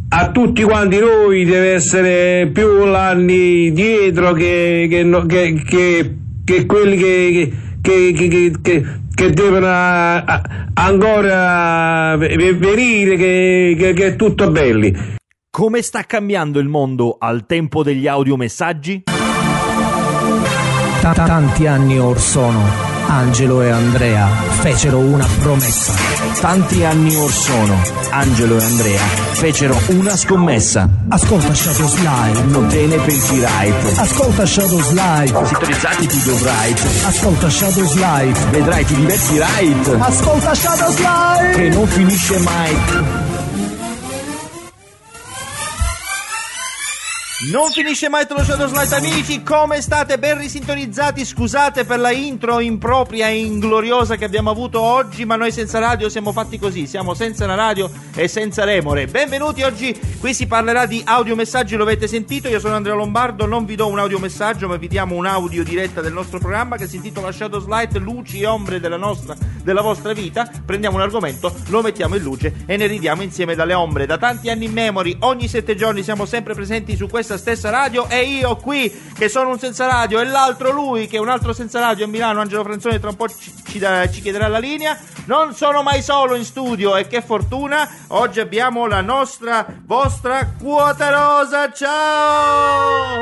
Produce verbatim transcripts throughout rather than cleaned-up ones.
a tutti quanti noi deve essere più l'anni dietro che, che, no- che, che, che quelli che, che, che, che, che, che devono a- a- ancora ve- venire, che, che, che è tutto belli. Come sta cambiando il mondo al tempo degli audiomessaggi? Ta- Tanti anni or sono, Angelo e Andrea fecero una promessa. Tanti anni or sono, Angelo e Andrea fecero una scommessa. Ascolta Shadows Live, Non te ne pentirai. ascolta Shadows Live, Sintonizzati tu dovrai. ascolta Shadows Live, Vedrai, ti divertirai. ascolta Shadows Live. Che non finisce mai. Non finisce mai lo Shadows Light, amici, come state? Ben risintonizzati, scusate per la intro impropria e ingloriosa che abbiamo avuto oggi, ma noi senza radio siamo fatti così, siamo senza la radio e senza remore. Benvenuti, oggi qui si parlerà di audiomessaggi, lo avete sentito, io sono Andrea Lombardo, non vi do un audiomessaggio ma vi diamo un audio diretta del nostro programma che si intitola Shadows Light, luci e ombre della nostra, della vostra vita. Prendiamo un argomento, lo mettiamo in luce e ne ridiamo insieme dalle ombre. Da tanti anni in memory, ogni sette giorni siamo sempre presenti su questa stessa radio, e io qui che sono un senza radio e l'altro lui che è un altro senza radio a Milano, Angelo Franzoni, tra un po' ci, ci, da, ci chiederà la linea. Non sono mai solo in studio e che fortuna, oggi abbiamo la nostra vostra quota rosa. Ciao!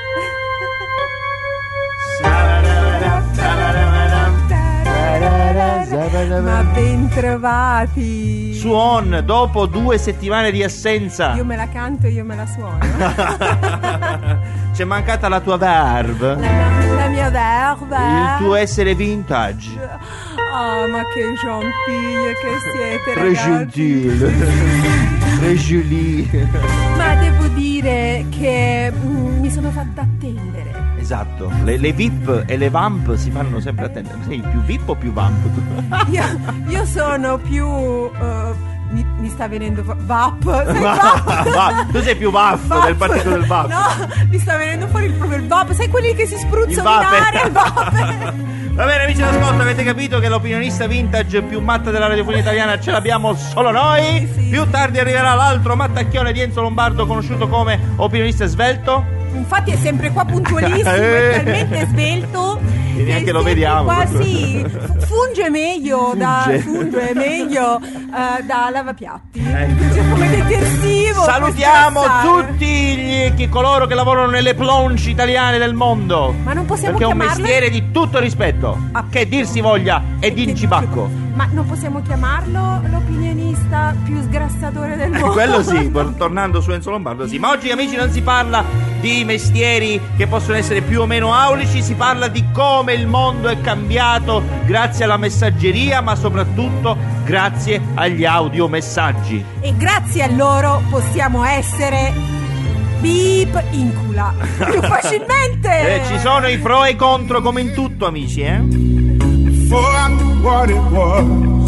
Ma ben trovati. Suon, dopo due settimane di assenza. Io me la canto e io me la suono. C'è mancata la tua verve, La mia, la mia verba. il tuo essere vintage. Oh, ma che gentile che siete, Très ragazzi. gentile. Très jolie. Ma devo dire che mm, mi sono fatta attendere. Esatto, le, le V I P e le Vamp si fanno sempre attendere. Sei più V I P o più Vamp? Io, io sono più uh, mi, mi sta venendo fa- V A P. Sei Va- V A P? va- tu sei più V A F V A P. del partito del V A P. No, mi sta venendo fuori il, proprio il V A P. Sai quelli che si Il spruzzano in vape. aria? Il V A P. Va bene, amici d'ascolto, avete capito che l'opinionista vintage più matta della radiofonia italiana ce l'abbiamo solo noi? Sì. Più tardi arriverà l'altro mattacchione di Enzo Lombardo, conosciuto come opinionista svelto. Infatti è sempre qua puntualissimo, Eh. è talmente svelto E neanche che lo sempre vediamo. qua, sì, fu- funge meglio da Funge. funge meglio eh, da lavapiatti. Ecco. Cioè, come detersivo. Salutiamo per strassare. tutti gli, chi- coloro che lavorano nelle plonge italiane del mondo. Ma non possiamo Perché è un chiamarlo mestiere di tutto rispetto. Ah. Che dir si voglia e di Che- incibacco. Ma non possiamo chiamarlo l'opinionista più sgrassatore del mondo. Quello sì, por- tornando su Enzo Lombardo sì. Ma oggi, amici, non si parla di mestieri che possono essere più o meno aulici, si parla di come il mondo è cambiato grazie alla messaggeria, ma soprattutto grazie agli audiomessaggi. E grazie a loro possiamo essere beep in culo più facilmente. Eh, ci sono i pro e i contro come in tutto, amici, eh? Before I knew what it was,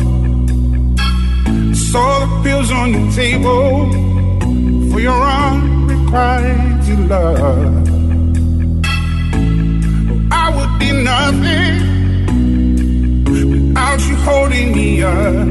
I saw the pills on your table for your unrequited love. I would be nothing without you holding me up.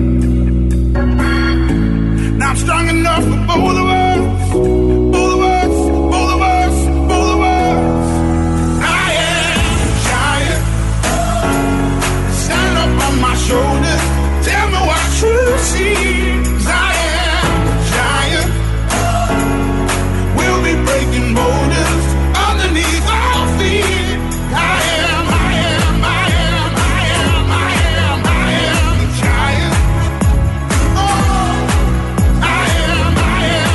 Now I'm strong enough for both of us, both of us, both of us, both of us. I am a giant. Stand up on my shoulders. Tell me what you see. 'Cause I am a giant. We'll be breaking boulders underneath our feet. I am, I am, I am, I am, I am, I am a giant. Oh, I am, I am.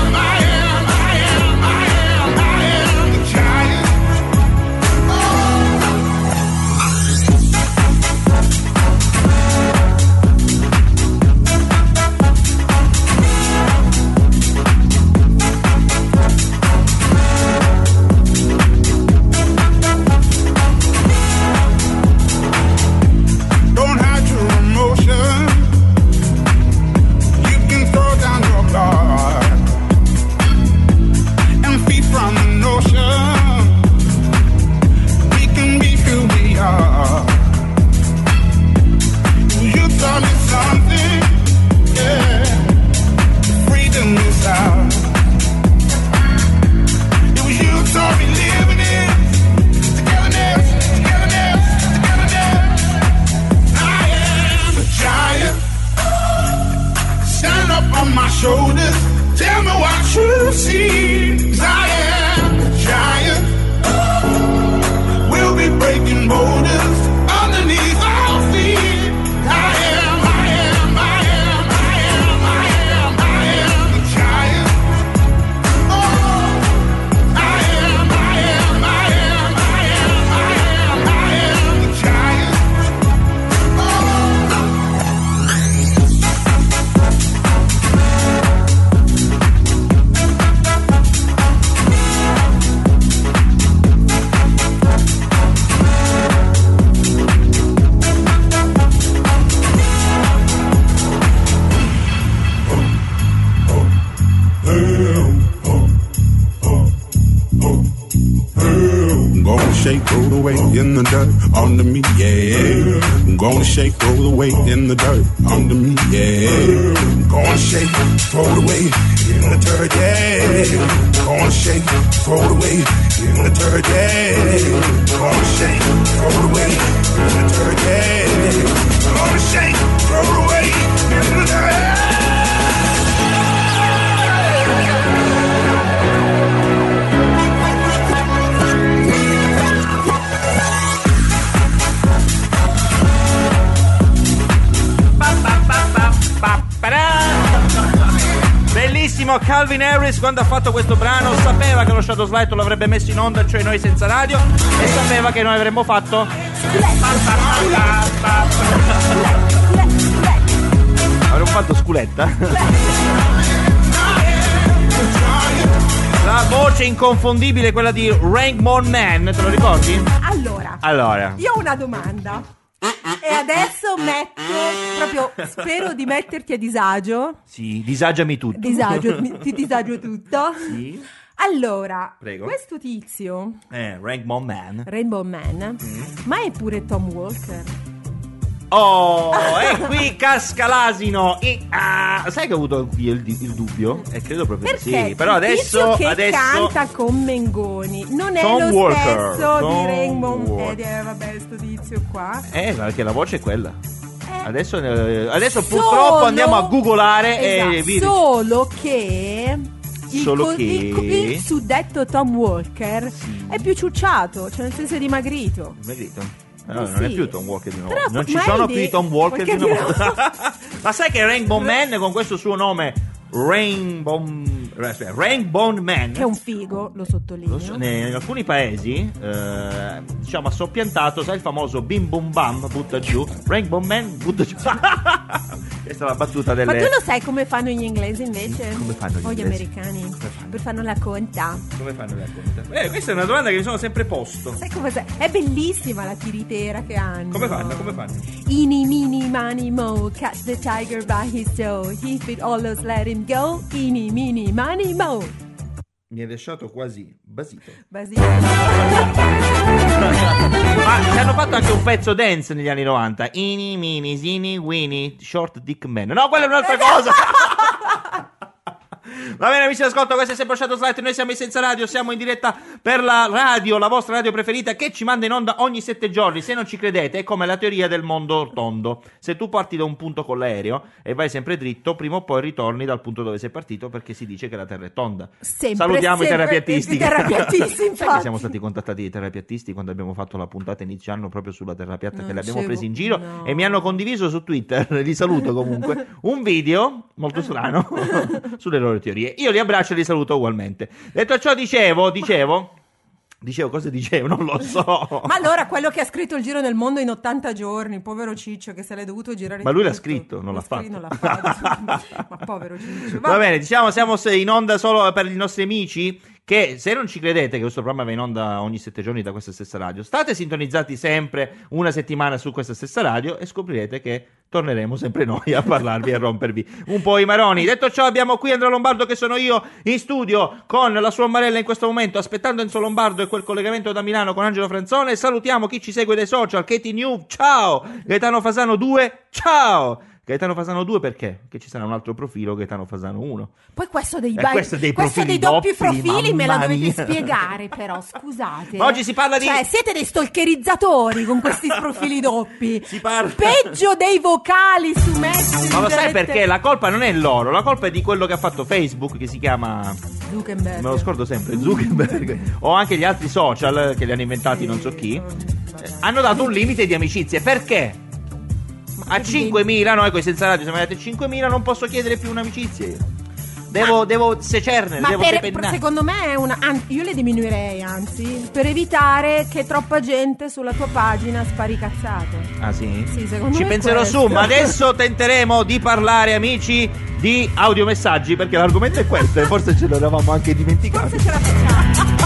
me what you see. 'Cause I am a giant. We'll be breaking borders underneath our feet. I am, I am, I am, I am, I am, I am a giant. Oh, I am, I am, I am, I am, I am, I am a giant. I'm gonna shake, roll the weight in the dirt under me, yeah. I'm gonna shake, roll the weight in the dirt under me, yeah. I'm gonna shake, throw the weight in the dirt, yeah. I'm gonna shake, throw the weight in the dirt, yeah. I'm gonna shake, throw the weight in the dirt, yeah. I'm gonna shake, throw the weight in the dirt. Bellissimo. Calvin Harris, quando ha fatto questo brano, sapeva che lo Shadow Slide lo avrebbe messo in onda, cioè Noi Senza Radio, e sapeva che noi avremmo fatto avremmo fatto sculetta. La voce inconfondibile, quella di Rainbow Man, te lo ricordi? Allora, Allora, io ho una domanda. E adesso metto proprio, spero di metterti a disagio. sì, disagiami tutto. Disagio, mi- ti disagio tutto. Sì. Allora, Prego. questo tizio, Eh, Rainbow Man. Rainbow Man, ma è pure Tom Walker? Oh, e qui casca l'asino. E, ah, sai che ho avuto io il, il dubbio? E credo proprio di Perché sì. Però il tizio adesso, che adesso canta con Mengoni non è Tom lo Walker, stesso Tom di Rainbow Walker. ed è vabbè sto tizio qua. Eh, perché la voce è quella. Eh, Adesso, eh, adesso solo- purtroppo andiamo a googolare esatto, e vi solo che il, Solo co- che- il, il suddetto Tom Walker è più ciucciato, cioè nel senso dimagrito. Dimagrito. No, Eh non è sì. più Tom Walker di una Però volta. Non ci mai sono di- più i Tom Walker di perché una di volta. Ma sai che Rainbow Man con questo suo nome Rainbow aspetta, Rainbow Man Che è un figo, lo sottolineo. lo so- ne- in alcuni paesi eh, diciamo ha soppiantato, sai, il famoso bim bum bam butta giù, Rainbow Man butta giù. Questa è la battuta delle Ma tu lo sai come fanno gli inglesi invece? Come fanno gli o gli inglesi? americani? Come fanno? Per fanno la conta. come fanno le conta? Eh, questa è una domanda che mi sono sempre posto. Sai come sai? È bellissima la tiritera che hanno. Come fanno? Come fanno? Ini mini mani mo, catch the tiger by his toe. If it always let him go. Ini mini mani mo. Mi hai lasciato quasi basito. Basile. Ma ci hanno fatto anche un pezzo dance negli anni novanta. Ini, mini, zini, wini, short dick man. No, quella è un'altra cosa. Va bene, amici d'ascolto, questo è sempre Shadow Slide. Noi siamo in Senza Radio, siamo in diretta per la radio, la vostra radio preferita, che ci manda in onda ogni sette giorni. Se non ci credete, è come la teoria del mondo tondo. Se tu parti da un punto con l'aereo e vai sempre dritto, prima o poi ritorni dal punto dove sei partito, perché si dice che la Terra è tonda. Sempre, Salutiamo sempre, i terapiattisti. i terapiattisti, Sai che infatti. siamo stati contattati dai terapiattisti quando abbiamo fatto la puntata inizio anno proprio sulla Terra piatta, Non che li abbiamo c'è- presi in giro no. e mi hanno condiviso su Twitter, li saluto comunque, un video molto strano sulle loro teorie. Io li abbraccio e li saluto ugualmente. Detto ciò, dicevo, dicevo, dicevo cosa dicevo, non lo so. Ma allora quello che ha scritto il giro del mondo in ottanta giorni, povero Ciccio che se l'è dovuto girare Ma lui l'ha tutto. scritto, non Lo l'ha fatto. scri- non l'ha fatto. Ma povero Ciccio. Va bene, diciamo siamo in onda solo per i nostri amici, che se non ci credete che questo programma va in onda ogni sette giorni da questa stessa radio, state sintonizzati sempre una settimana su questa stessa radio e scoprirete che torneremo sempre noi a parlarvi e a rompervi un po' i maroni. Detto ciò, abbiamo qui Andrea Lombardo, che sono io, in studio con la sua Marella in questo momento, aspettando Enzo Lombardo e quel collegamento da Milano con Angelo Franzone. Salutiamo chi ci segue dai social, Katie New, ciao, Gaetano Fasano due, ciao, Gaetano Fasano due perché? Che ci sarà un altro profilo Gaetano Fasano uno. Poi questo dei, E ba- questo dei questo profili dei doppi doppi, profili me la mamma dovete mia. spiegare però, scusate. Ma oggi si parla di- Cioè, siete dei stalkerizzatori con questi profili doppi. Si parla- Peggio dei vocali su Messenger. Ma lo sai e perché? te- La colpa non è loro, la colpa è di quello che ha fatto Facebook, che si chiama... Zuckerberg. Me lo scordo sempre, Zuckerberg. O anche gli altri social che li hanno inventati non so chi. eh, Hanno dato un limite di amicizie. Perché? A cinquemila, noi coi senza radio siamo arrivati a cinquemila, non posso chiedere più un'amicizia io. Devo, devo secernere, Ma devo per, depennare. secondo me è una. Anzi, io le diminuirei, anzi, per evitare che troppa gente sulla tua pagina spari cazzate. Ah sì? Sì, secondo Ci me è penserò questo. su, ma adesso tenteremo di parlare, amici, di audiomessaggi, perché l'argomento è questo e forse ce l'eravamo anche dimenticati. Forse ce la facciamo.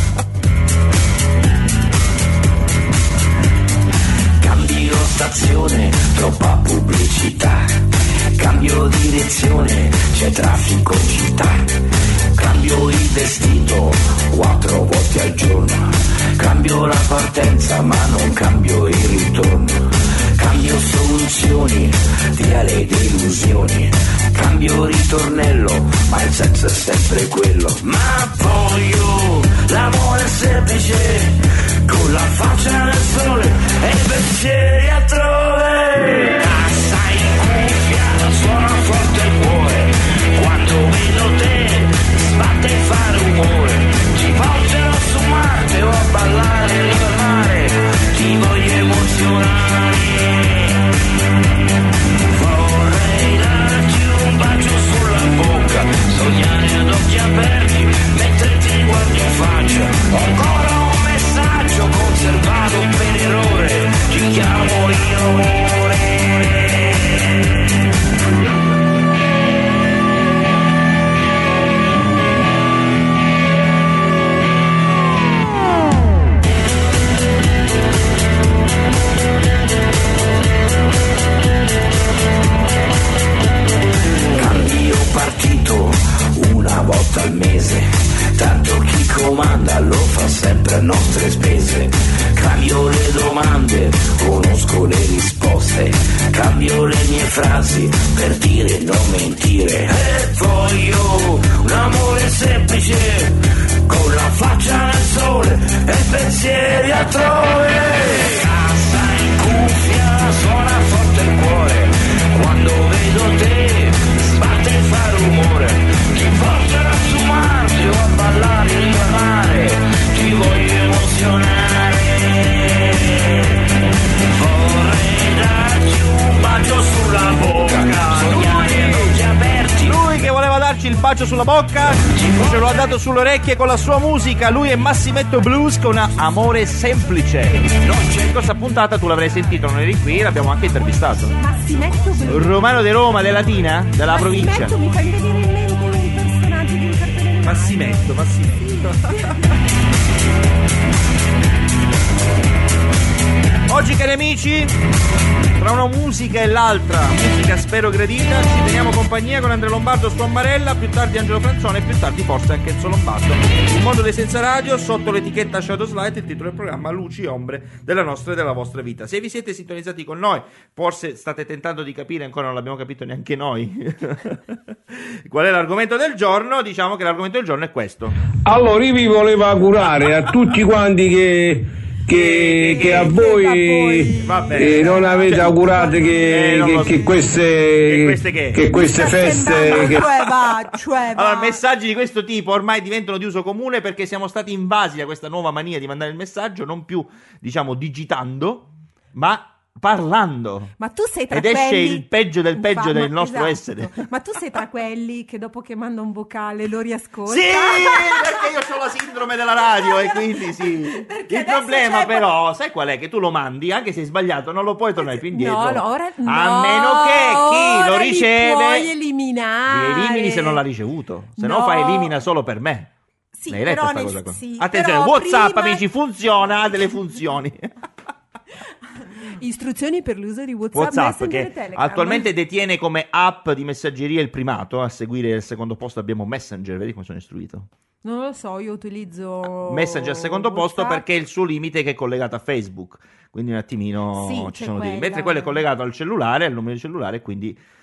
Cambio stazione, troppa pubblicità. Cambio direzione, c'è traffico in città. Cambio il vestito quattro volte al giorno. Cambio la partenza ma non cambio il ritorno. Cambio soluzioni, via le delusioni. Cambio ritornello, ma il senso è sempre quello. Ma voglio l'amore semplice, con la faccia nel sole e i pensieri altrove. Cassa in cuffia, suona forte il cuore. Quando vedo te, sbatte e fa rumore. Ti porterò su Marte o a ballare e ritornare. Ti voglio emozionare. Vorrei darti un bacio sulla bocca, sognare ad occhi aperti mentre ti guardo in faccia. Ho ancora un messaggio conservato per errore, ti chiamo io amore. Cambio partito una volta al mese, tanto chi comanda lo fa sempre a nostre spese. Cambio le domande, conosco le risposte. Cambio le mie frasi per dire e non mentire. E voglio un amore semplice, con la faccia nel sole e pensieri altrove. Cassa in cuffia, suona forte il cuore. Quando vedo te, sbatte e fa rumore. Ti porterò su Marte o a ballare e ritornare. Ti voglio emozionare. Vorrei darti un bacio sulla bocca, sognare ad occhi aperti. Lui che voleva darci il bacio sulla bocca ce lo ha dato sulle orecchie con la sua musica. Lui è Massimetto Blues con Amore Semplice. In questa puntata tu l'avrai sentito, non eri qui, l'abbiamo anche intervistato. Massimetto Blu. Romano de Roma, della Latina, della provincia. Massimetto mi fai venire in mente un personaggio di un cartone animato. Massimetto, Massimetto. Oggi, cari amici, tra una musica e l'altra, musica spero gradita, ci teniamo compagnia con Andrea Lombardo su Ammarella, più tardi Angelo Franzone e più tardi forse anche Enzo Lombardo. Il mondo dei senza radio, sotto l'etichetta Shadow Slide, il titolo del programma Luci e ombre della nostra e della vostra vita. Se vi siete sintonizzati con noi, forse state tentando di capire, ancora non l'abbiamo capito neanche noi, qual è l'argomento del giorno. Diciamo che l'argomento del giorno è questo. Allora io vi volevo augurare a tutti quanti che, che, che a voi Va bene. eh, non avete Cioè, augurato che, eh, non che, lo so. che queste, Che queste che? che queste Sta feste sembrando- che- Cioè va, cioè va. Allora, messaggi di questo tipo ormai diventano di uso comune perché siamo stati invasi da questa nuova mania di mandare il messaggio non più, diciamo, digitando, ma parlando. Ma tu sei tra Ed esce quelli... il peggio del peggio Fa- del ma- nostro esatto. essere. Ma tu sei tra quelli che dopo che manda un vocale lo riascolta? Sì, perché io ho la sindrome della radio e quindi sì. Perché Il adesso problema c'è- però, sai qual è? Che tu lo mandi, anche se hai sbagliato, non lo puoi tornare più indietro. No, no, ora no, a meno che chi lo ora li riceve puoi eliminare. li elimini se non l'ha ricevuto. Se no, No. fai elimina solo per me. Sì, L'hai letta però sta nel- cosa qua? sì, Attenzione, però WhatsApp, prima- amici, funziona, ha delle funzioni. Istruzioni per l'uso di WhatsApp, WhatsApp Messenger che e Telegram. attualmente detiene come app di messaggeria il primato. A seguire il secondo posto abbiamo Messenger, vedi come sono istruito. Non lo so, io utilizzo Messenger al secondo posto WhatsApp. perché il suo limite è che è collegato a Facebook, quindi un attimino Sì, ci c'è sono dei... quella. mentre quello è collegato al cellulare, al numero di cellulare, quindi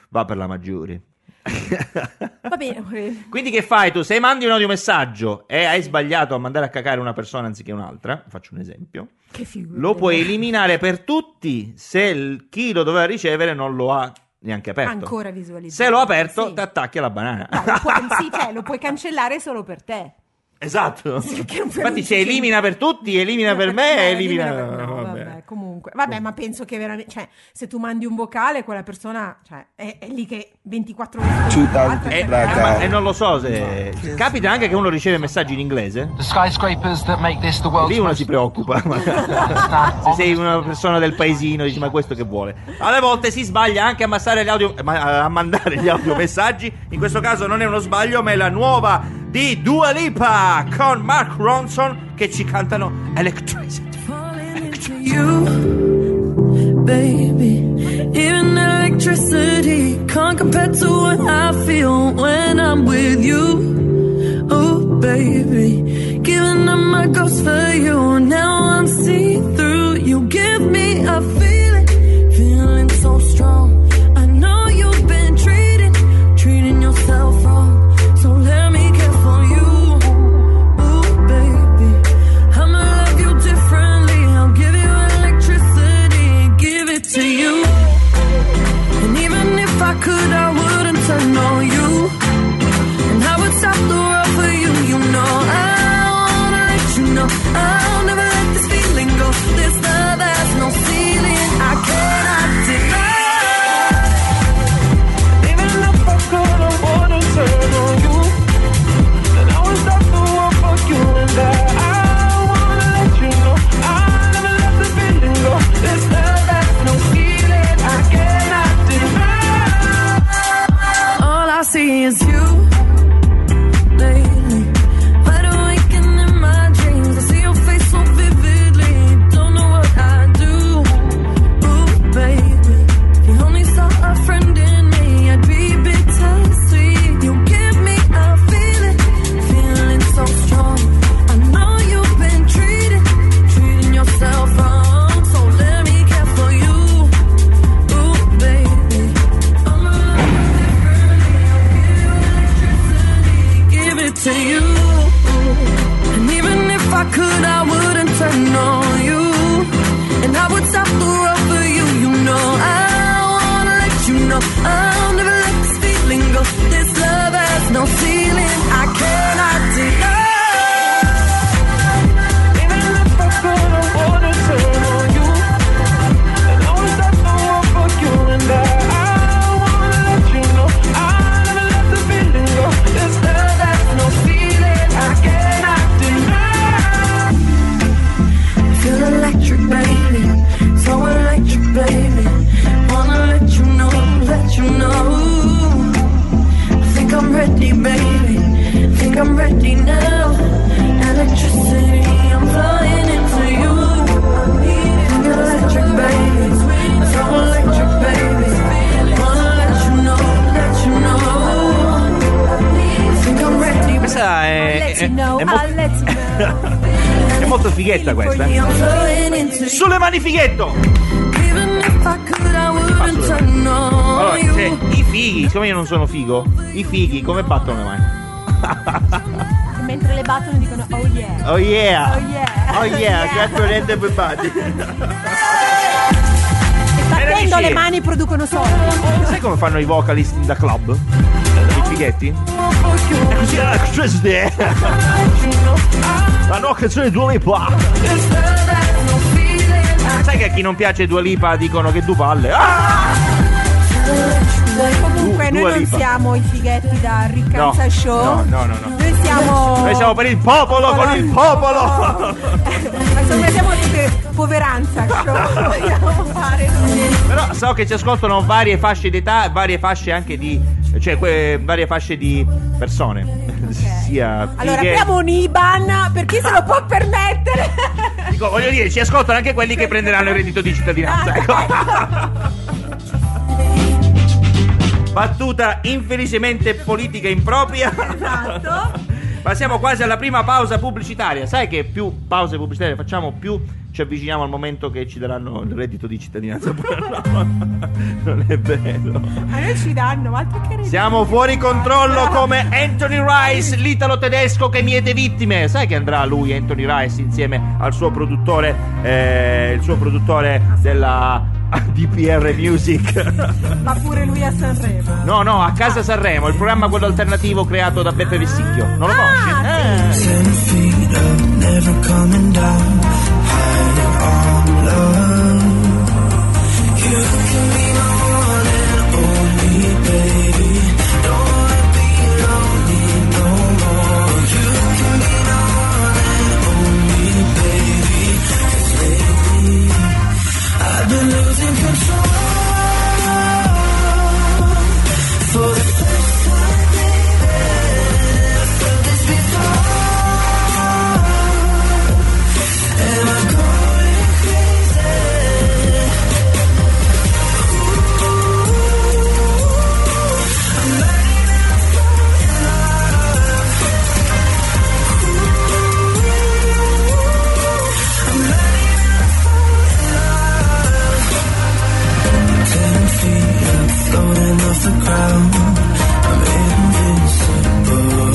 va per la maggiore. Va bene. Quindi che fai tu? Se mandi un audiomessaggio e hai sbagliato a mandare a cacare una persona anziché un'altra, faccio un esempio, Che figura. lo puoi eliminare per tutti se il, chi lo doveva ricevere non lo ha neanche aperto. Ancora visualizzato. Se l'ho aperto, Sì. ti attacchi alla banana. No, lo puoi, sì, cioè, lo puoi cancellare solo per te. Esatto. Perché non fai Infatti un se ciclo. elimina per tutti, elimina per me, Eh, elimina... per- no, vabbè. vabbè, comunque. Vabbè, ma penso che veramente, cioè, se tu mandi un vocale, quella persona, cioè, è, è lì che ventiquattro ore dopo Eh, eh, ma- e non lo so se... Capita anche che uno riceve messaggi in inglese? The skyscrapers that make this the world's Lì uno most si preoccupa. Se sei una persona del paesino dici ma questo che vuole. Alle volte si sbaglia anche a, massare gli audio, ma- a mandare gli audiomessaggi. In questo caso non è uno sbaglio, ma è la nuova di Dua Lipa con Mark Ronson che ci cantano Electricity. You, baby, even electricity can't compare to what I feel when I'm with you. Oh, baby, giving up my ghost for you. Now I'm see-through. You give me a feeling, feeling so strong. I know you've been treating, treating yourself wrong. So let me care for you. Oh, baby, I'ma love you differently. I'll give you electricity, give it to you. And even if I could, I wouldn't turn on you. And I would stop the world for you, you know. I wanna let you know I'll never let this feeling go. This love has no ceiling, I cannot deny. Even if I could, I wouldn't turn on you. And I would stop the world for you. And I wanna let you know I'll never let this feeling go. This love has no ceiling, I cannot deny. All I see is you lately, wide awake and in my dreams. I see your face so vividly. Don't know what I do. Ooh, baby, if you only saw a friend in me, I'd be bittersweet. You give me a feeling, feeling so strong. I know you've been treating, treating yourself wrong. So let me care for you. Ooh, baby, I'ma love you differently. I'll give you electricity, give it to you. And even if I could, I wouldn't turn on you. And I would stop the world for you, you know. I wanna let you know I'll never let this feeling go. This love has no ceiling, I cannot deny. Even if I could, I wouldn't turn on you. And I would stop the world for you. And I wanna let you know I'll never let this feeling go. This love has no ceiling, I cannot deny. Feel electric, baby, so electric, baby. Wanna let you know, let you know. I think I'm ready, baby. Think I'm ready now. Electricity, I'm flying into you. Think electric, baby, so electric, baby. Wanna let you know, let you know. Think I'm ready. Questa è, I'll è, let you know, è mo- I'll let you know. è molto fighetta questa. eh. I'm flying into you. Sulle mani fighetto! Even if I could, I wouldn't turn on Allora, you. se i fighi, siccome io non sono figo, i fighi come battono le mani? Mentre le battono dicono oh yeah. Oh yeah! Oh yeah. Oh yeah, clap your hand everybody. E battendo dici- le mani producono soldi. Sai come fanno i vocalist da club? I fighetti? È così la electricity. La nuova canzone di Dua Lipa. Sai che a chi non piace Dua Lipa dicono che du palle? Ah! Comunque Du- noi Dua non Lipa. siamo i fighetti da Riccanza No, Show. no, no, no, no. Noi siamo Noi siamo per il popolo, con il popolo. Ma insomma siamo tutte poveranza show. Vogliamo fare Però so che ci ascoltano varie fasce d'età, varie fasce anche di, cioè que- varie fasce di persone. Sia Allora fighe- apriamo un I B A N per chi se lo può permettere. Dico, voglio dire, ci ascoltano anche quelli che prenderanno il reddito di cittadinanza. Ecco. Battuta infelicemente politica impropria. Esatto. Ma siamo quasi alla prima pausa pubblicitaria. Sai che più pause pubblicitarie facciamo, più ci avviciniamo al momento che ci daranno il reddito di cittadinanza. No, non è vero. A noi ci danno, ma altro che reddito. Siamo fuori controllo come Anthony Rice, l'italo tedesco che miete vittime. Sai che andrà lui, Anthony Rice, insieme al suo produttore, eh, il suo produttore della D P R Music. Ma pure lui a Sanremo. No, no, a Casa Sanremo, il programma quello alternativo creato da Beppe Vessicchio. Non lo conosci? Ah, Eh. Ten feet up, never coming down, hiding all love. You can be my one and only, baby. Don't wanna be lonely no more. You can be my one and only, baby. 'Cause lately I've been losing control. For the first time, baby, I felt this before. Am I going crazy? I'm letting out fall in love. I'm letting out fall in love. Ten feet up, floating off the ground. I'm invincible.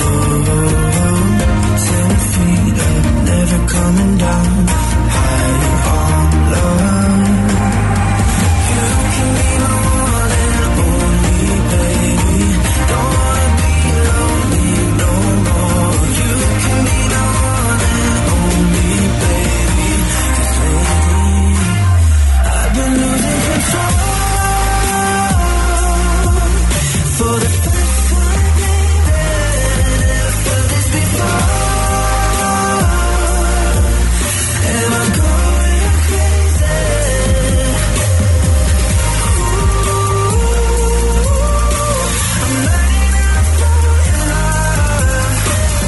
Ten feet up, never coming down, hiding all love. You can be my one and only, baby. Don't wanna be lonely no more. You can be my one and only, baby. 'Cause lately I've been losing control. For the first time, baby, I felt this before. Am I going crazy? I'm letting out fall in love.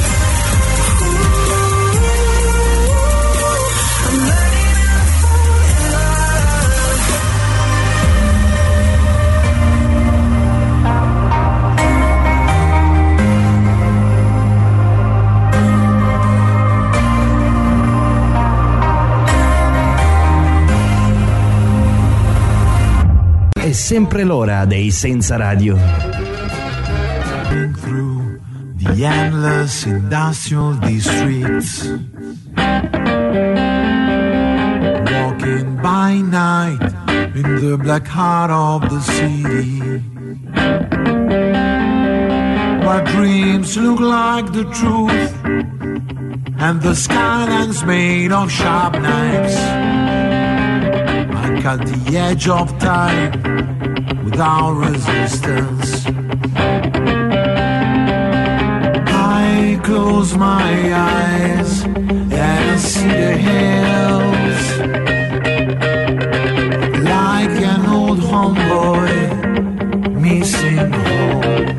I'm letting out fall in love. È sempre l'ora dei Senza Radio. Through the endless industrial districts, walking by night in the black heart of the city, where dreams look like the truth and the skyline's made of sharp knives. I cut the edge of time without resistance. I close my eyes and I see the hills, like an old homeboy missing home.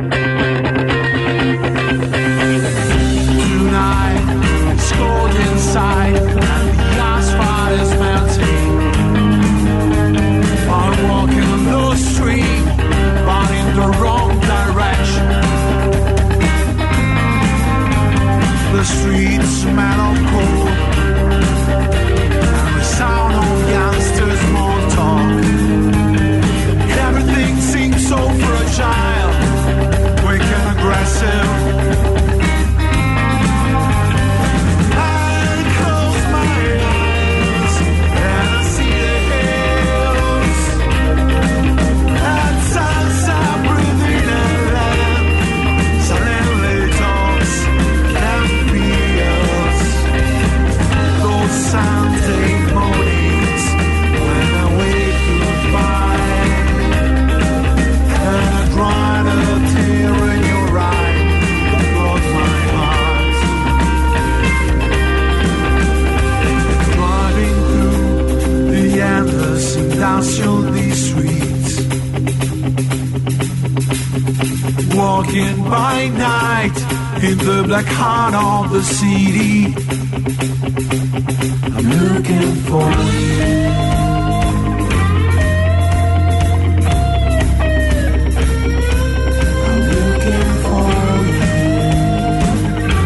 Tonight it's cold inside and the asphalt is melting. I'm walking on the street, but in the wrong direction. The streets smell of coal and the sound of youngsters' small talk. Everything seems so fragile, quick and aggressive. I close my eyes and I see the hills and sunset breathing in land, silently talks and feels. Those Sunday mornings when I wake goodbye and I dry a tear in your eye across my heart. Driving through the endless industrial districts, walking by night in the black heart of the city. I'm looking for you. I'm looking for you.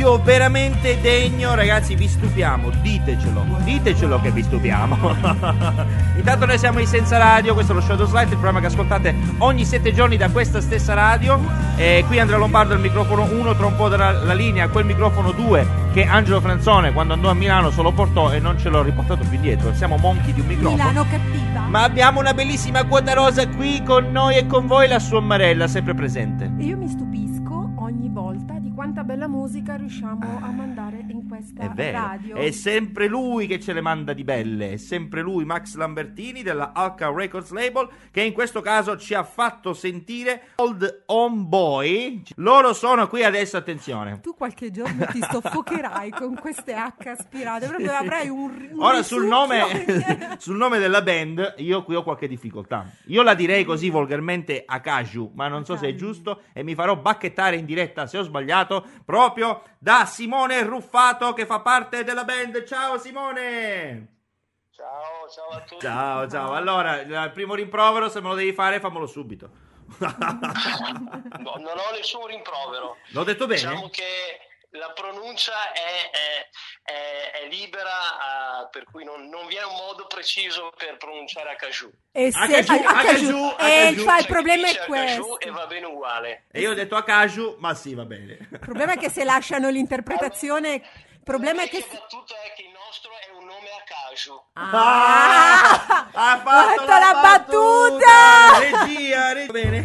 radio veramente degno, ragazzi, vi stupiamo, ditecelo, ditecelo che vi stupiamo. Intanto noi siamo i Senza Radio, questo è lo Shadows Light, il programma che ascoltate ogni sette giorni da questa stessa radio. E qui Andrea Lombardo al microfono uno, tra un po' darà la linea a quel microfono due che Angelo Franzone quando andò a Milano se lo portò e non ce l'ho riportato più indietro. Siamo monchi di un microfono. Milano cattiva. Ma abbiamo una bellissima quota rosa qui con noi e con voi, la sua Marella, sempre presente. E io mi stupisco ogni volta di quanta bella musica riusciamo a mandare in questa È vero, radio. è sempre lui che ce le manda di belle, è sempre lui, Max Lambertini della Alca Records Label, che in questo caso ci ha fatto sentire Old Homeboy. Loro sono qui adesso, attenzione. Tu qualche giorno ti soffocherai con queste H aspirate, proprio avrai un, un Ora sul nome, risucchio. sul nome della band io qui ho qualche difficoltà. Io la direi così volgarmente Akaju, ma non so se è giusto e mi farò bacchettare in diretta se ho sbagliato, proprio da Simone Ruffato che fa parte della band. Ciao Simone! Ciao, ciao a tutti. Ciao, ciao. Allora, il primo rimprovero se me lo devi fare fammelo subito. No, non ho nessun rimprovero. L'ho detto bene? Diciamo che la pronuncia è, è, è, è libera, uh, per cui non, non vi è un modo preciso per pronunciare Akaju. E se Akaju, Akaju, Akaju, eh, Akaju. cioè, il C'è problema chi è dice questo. Akaju e va bene uguale. E io ho detto Akaju, ma sì, va bene. Il problema è che se lasciano l'interpretazione, il problema è che La battuta è che il nostro è un nome Akaju. Ah, ha fatto fatto la battuta! Regia, regia. Bene.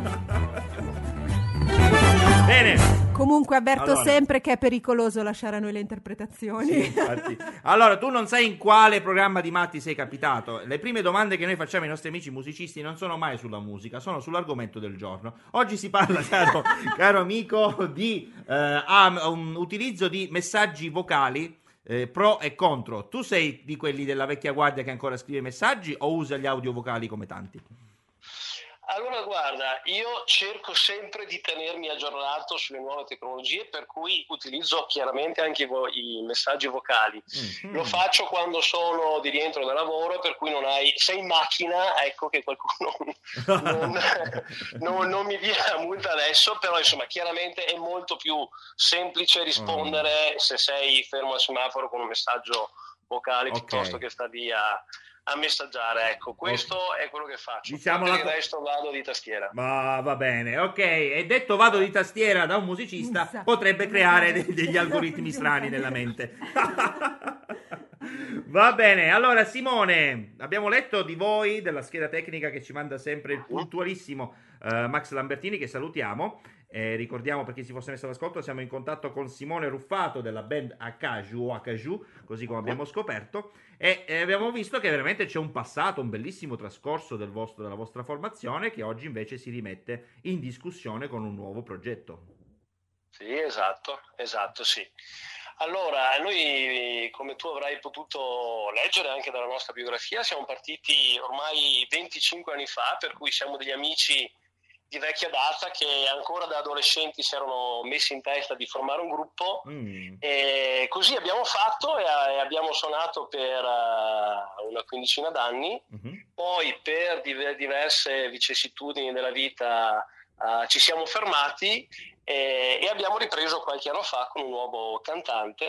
Bene. comunque avverto Allora. sempre che è pericoloso lasciare a noi le interpretazioni. Sì, infatti. Allora, tu non sai in quale programma di matti sei capitato. Le prime domande che noi facciamo ai nostri amici musicisti non sono mai sulla musica, sono sull'argomento del giorno. Oggi si parla, caro, caro amico, di eh, ah, un utilizzo di messaggi vocali eh, pro e contro. Tu sei di quelli della vecchia guardia che ancora scrive messaggi o usa gli audio vocali come tanti? Allora guarda, io cerco sempre di tenermi aggiornato sulle nuove tecnologie, per cui utilizzo chiaramente anche i, vo- i messaggi vocali. Mm-hmm. Lo faccio quando sono di rientro da lavoro, per cui non hai, sei in macchina, ecco che qualcuno non, non, non mi dia la multa adesso, però insomma chiaramente è molto più semplice rispondere mm. se sei fermo al semaforo con un messaggio vocale, okay, piuttosto che sta lì a... a messaggiare, ecco, questo okay. è quello che faccio. Diciamo per la... il resto vado di tastiera. Ma va bene, ok. E detto vado di tastiera da un musicista, esatto, potrebbe creare de- degli algoritmi strani nella mente. Va bene, allora Simone, abbiamo letto di voi, della scheda tecnica che ci manda sempre il puntualissimo uh, Max Lambertini, che salutiamo. Eh, ricordiamo, per chi si fosse messo all'ascolto, siamo in contatto con Simone Ruffato della band Akaju o Akaju, così come abbiamo scoperto, e eh, abbiamo visto che veramente c'è un passato, un bellissimo trascorso del vostro, della vostra formazione, che oggi invece si rimette in discussione con un nuovo progetto. Sì, esatto, esatto, sì. Allora, noi, come tu avrai potuto leggere anche dalla nostra biografia, siamo partiti ormai venticinque anni fa, per cui siamo degli amici di vecchia data che ancora da adolescenti si erano messi in testa di formare un gruppo, mm. e così abbiamo fatto e, e abbiamo suonato per uh, una quindicina d'anni, mm-hmm. Poi per diver- diverse vicissitudini della vita uh, ci siamo fermati e, e abbiamo ripreso qualche anno fa con un nuovo cantante,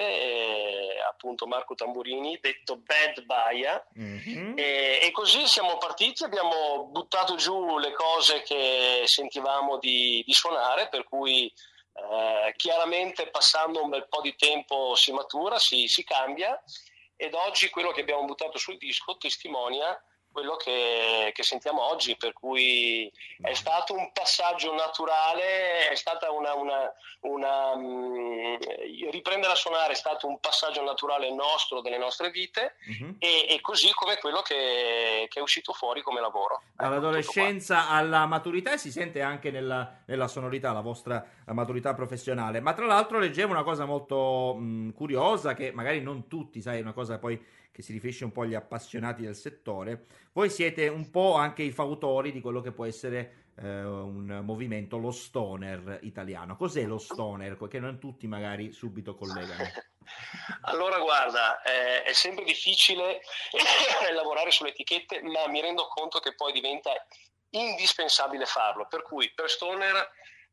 e, appunto Marco Tamburini, detto Bad Baia, mm-hmm. e, e così siamo partiti, abbiamo buttato giù le cose che sentivamo di, di suonare, per cui eh, chiaramente passando un bel po' di tempo si matura, si, si cambia, ed oggi quello che abbiamo buttato sul disco testimonia quello che, che sentiamo oggi, per cui è stato un passaggio naturale, è stata una, una, una um, riprendere a suonare è stato un passaggio naturale nostro, delle nostre vite, uh-huh. e, e così come quello che, che è uscito fuori come lavoro. Dall'adolescenza alla maturità, e si sente anche nella, nella sonorità la vostra maturità professionale. Ma tra l'altro leggevo una cosa molto mh, curiosa, che magari non tutti, sai, una cosa poi che si riferisce un po' agli appassionati del settore. Voi siete un po' anche i fautori di quello che può essere eh, un movimento, lo stoner italiano. Cos'è lo stoner? Che non tutti magari subito collegano. Allora guarda, eh, è sempre difficile lavorare sulle etichette, ma mi rendo conto che poi diventa indispensabile farlo, per cui per stoner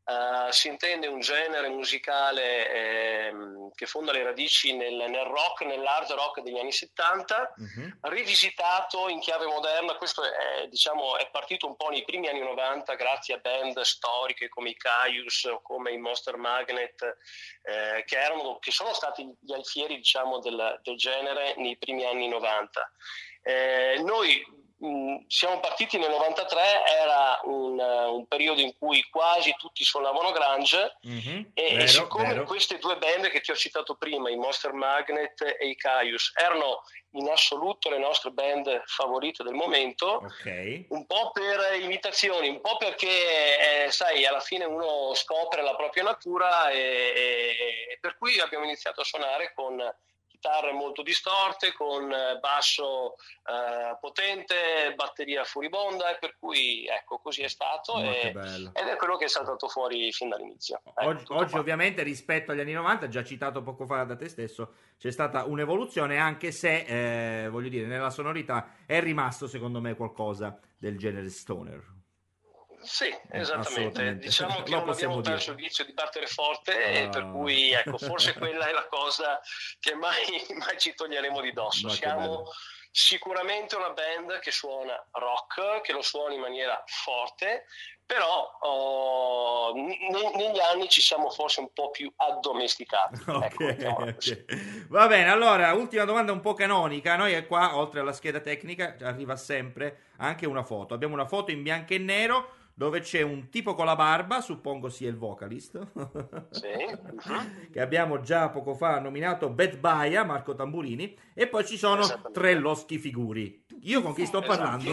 Uh, si intende un genere musicale ehm, che fonda le radici nel, nel rock, nell'hard rock degli anni settanta, uh-huh. rivisitato in chiave moderna. Questo è, diciamo, è partito un po' nei primi anni novanta grazie a band storiche come i Caius o come i Monster Magnet, eh, che, erano, che sono stati gli alfieri, diciamo, del, del genere nei primi anni novanta. Eh, noi mh, siamo partiti nel novantatré, era un, uh, un periodo in cui quasi tutti suonavano grunge, mm-hmm, e, vero, e siccome vero. queste due band che ti ho citato prima, i Monster Magnet e i Caius, erano in assoluto le nostre band favorite del momento, okay. un po' per imitazioni, un po' perché eh, sai, alla fine uno scopre la propria natura, e, e, e per cui abbiamo iniziato a suonare con chitarre molto distorte, con basso eh, potente, batteria furibonda, e per cui ecco, così è stato, e, ed è quello che è saltato fuori fin dall'inizio. Ecco, oggi oggi ovviamente rispetto agli anni novanta, già citato poco fa da te stesso, c'è stata un'evoluzione, anche se eh, voglio dire, nella sonorità è rimasto secondo me qualcosa del genere stoner. Sì, esattamente. Diciamo che non abbiamo perso il vizio di battere forte, oh. e per cui ecco, forse quella è la cosa che mai, mai ci toglieremo di dosso. No, siamo sicuramente una band che suona rock, che lo suona in maniera forte, però oh, ne- negli anni ci siamo forse un po' più addomesticati. Okay, ecco, okay. Va bene, allora, ultima domanda un po' canonica. Noi qua, oltre alla scheda tecnica, arriva sempre anche una foto. Abbiamo una foto in bianco e nero dove c'è un tipo con la barba, suppongo sia il vocalist, sì. uh-huh. che abbiamo già poco fa nominato Bad Baia, Marco Tamburini, e poi ci sono tre loschi figuri. Io con chi sto parlando?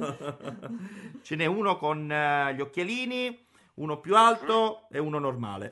Ce n'è uno con uh, gli occhialini, uno più alto, uh-huh. e uno normale.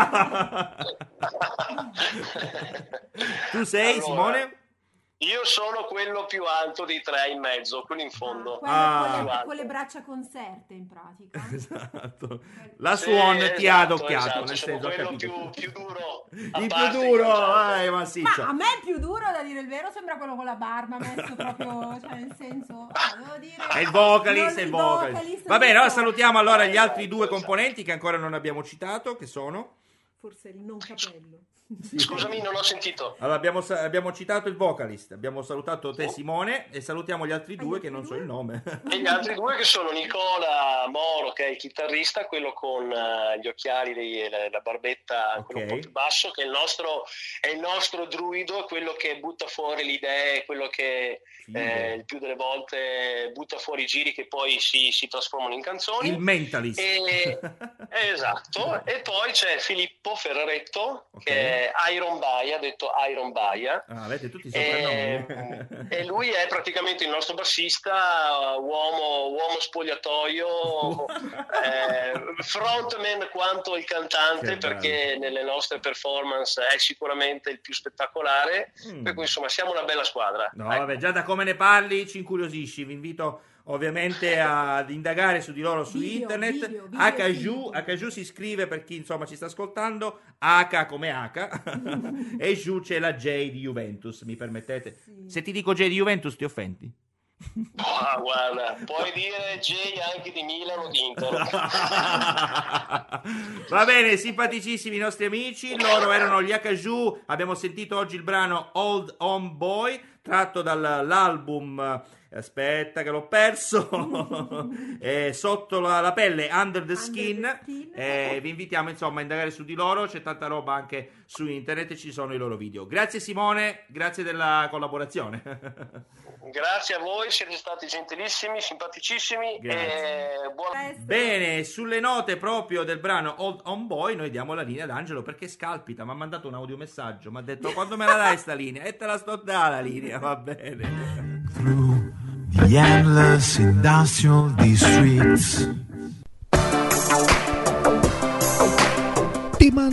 Tu sei, allora, Simone? Io sono quello più alto dei tre in mezzo, quello in fondo. Ah, quello ah. con le braccia conserte, in pratica. Esatto. La Swan sì, ti esatto, ha adocchiato, esatto. nel senso, quello più, più duro. Il più duro, eh, ma, sì, ma cioè. a me è più duro, da dire il vero, sembra quello con la barba messo proprio, cioè nel senso, ah, devo dire, è il vocalist, è il vocalist. vocalist Va bene, allora salutiamo allora gli altri due componenti che ancora non abbiamo citato, che sono? Forse il non capello. Sì. Scusami, non ho sentito. Allora, abbiamo, abbiamo citato il vocalist, abbiamo salutato te, Simone, e salutiamo gli altri due che non so il nome. E gli altri due che sono Nicola Moro, che è il chitarrista, quello con uh, gli occhiali e la, la barbetta, okay. quello un po' più basso, che è il nostro, è il nostro druido, quello che butta fuori le idee, quello che eh, il più delle volte butta fuori i giri che poi si, si trasformano in canzoni. Il mentalist. E, esatto. E poi c'è Filippo Ferraretto, okay. che è Iron Baia, detto Iron Baia. Ah, avete tutti i soprannomi. E, e lui è praticamente il nostro bassista, uomo, uomo spogliatoio, eh, frontman quanto il cantante, che perché bello. Nelle nostre performance è sicuramente il più spettacolare, mm. per cui insomma siamo una bella squadra. No, ecco. Vabbè, già da come ne parli ci incuriosisci, vi invito ovviamente ad indagare su di loro su video, internet. Video, video, Akaju, Akaju si scrive, per chi insomma ci sta ascoltando, H come H e Ju c'è la J di Juventus, mi permettete? Sì. Se ti dico J di Juventus ti offendi? Oh, guarda, puoi dire J anche di Milano o di Inter. Va bene, simpaticissimi i nostri amici, loro erano gli Akaju. Abbiamo sentito oggi il brano Old On Boy, tratto dall'album, aspetta che l'ho perso, eh, Sotto la, la pelle, Under the Skin. Under the skin. Eh, vi invitiamo insomma a indagare su di loro, c'è tanta roba anche su internet e ci sono i loro video. Grazie Simone, grazie della collaborazione. Grazie a voi, siete stati gentilissimi, simpaticissimi. E buona... Bene, sulle note proprio del brano Old On Boy noi diamo la linea ad Angelo, perché scalpita, mi ha mandato un audiomessaggio, mi ha detto quando me la dai sta linea, e te la sto dando la linea, va bene. Through the endless industrial districts. Ti mando un vocale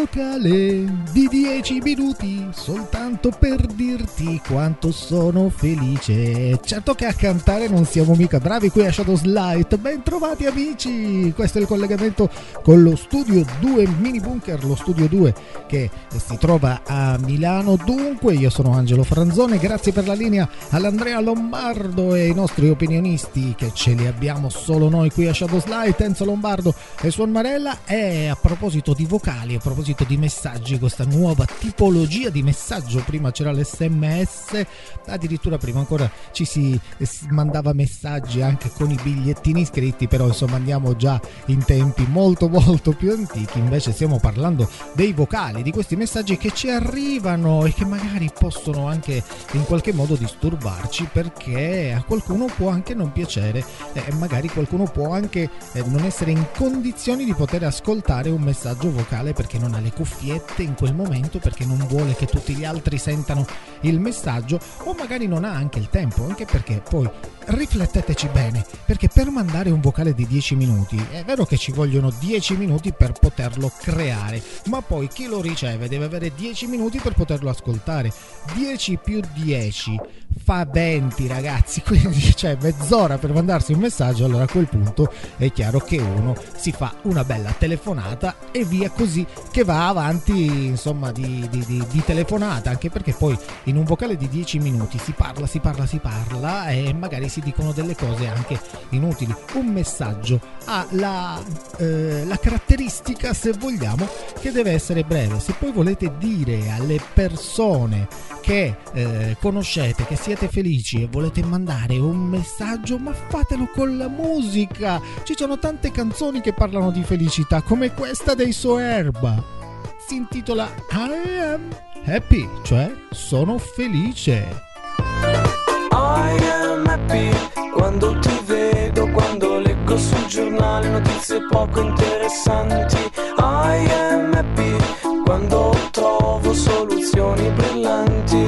vocale di dieci minuti soltanto per dirti quanto sono felice. Certo che a cantare non siamo mica bravi qui a Shadows Light. Ben trovati amici, questo è il collegamento con lo studio due Mini Bunker, lo studio due che si trova a Milano. Dunque io sono Angelo Franzone, grazie per la linea all'Andrea Lombardo e ai nostri opinionisti che ce li abbiamo solo noi qui a Shadows Light, Enzo Lombardo e Suon Marella. E a proposito di vocali, a proposito di messaggi, questa nuova tipologia di messaggio, prima c'era l'esse emme esse, addirittura prima ancora ci si mandava messaggi anche con i bigliettini scritti, però insomma andiamo già in tempi molto molto più antichi. Invece stiamo parlando dei vocali, di questi messaggi che ci arrivano e che magari possono anche in qualche modo disturbarci, perché a qualcuno può anche non piacere e eh, magari qualcuno può anche eh, non essere in condizioni di poter ascoltare un messaggio vocale perché non ha le cuffiette in quel momento, perché non vuole che tutti gli altri sentano il messaggio, o magari non ha anche il tempo, anche perché poi rifletteteci bene, perché per mandare un vocale di dieci minuti è vero che ci vogliono dieci minuti per poterlo creare, ma poi chi lo riceve deve avere dieci minuti per poterlo ascoltare. Dieci più dieci fa venti, ragazzi, quindi c'è mezz'ora per mandarsi un messaggio. Allora a quel punto è chiaro che uno si fa una bella telefonata e via così, che va avanti insomma di, di, di, di telefonata, anche perché poi in un vocale di dieci minuti si parla, si parla, si parla e magari si dicono delle cose anche inutili. Un messaggio ha la, eh, la caratteristica, se vogliamo, che deve essere breve. Se poi volete dire alle persone che eh, conoscete, che siete felici e volete mandare un messaggio, ma fatelo con la musica. Ci sono tante canzoni che parlano di felicità, come questa dei Soerba, si intitola I am happy, cioè sono felice. I am happy quando ti vedo, quando leggo sul giornale notizie poco interessanti. I am happy quando trovo soluzioni brillanti.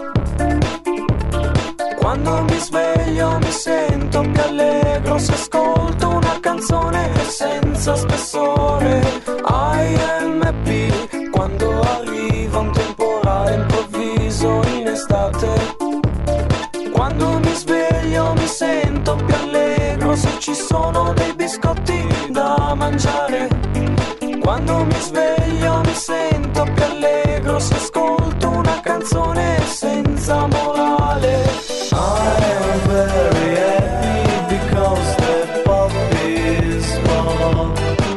Quando mi sveglio mi sento più allegro se ascolto una canzone senza spessore. I am happy quando arriva un temporale improvviso in estate. Quando mi sveglio mi sento più allegro se ci sono dei biscotti da mangiare. Quando mi sveglio mi sento più allegro se ascolto una canzone senza morale. I am very happy because the puppy is born.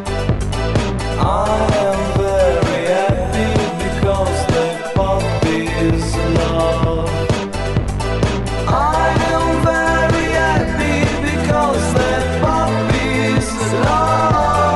I am very happy because the puppy is loved. I am very happy because the puppy is loved.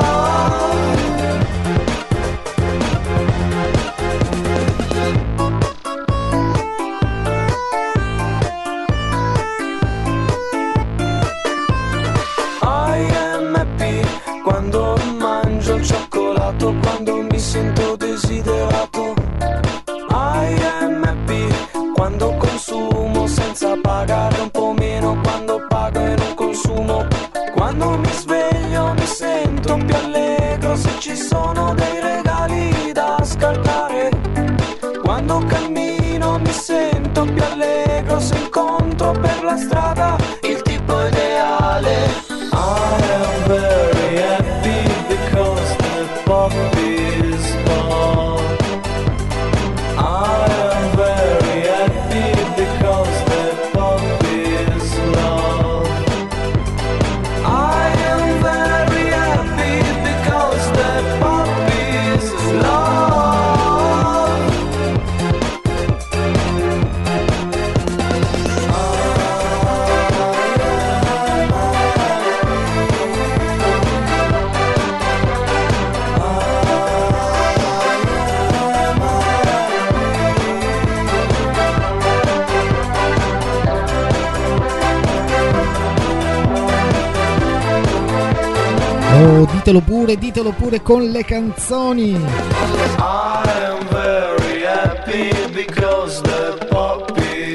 Quando mangio il cioccolato, quando mi sento desiderato. I am happy quando consumo senza pagare un po' meno, quando pago e non consumo. Quando mi sveglio mi sento più allegro se ci sono dei regali da scartare. Quando cammino mi sento più allegro se incontro per la strada il tipo ideale. I am very happy because the puppy is born. I am very happy because the puppy is loved. I am very happy because the puppy is loved. Oh, ditelo pure, ditelo pure con le canzoni. I am very happy because the puppy is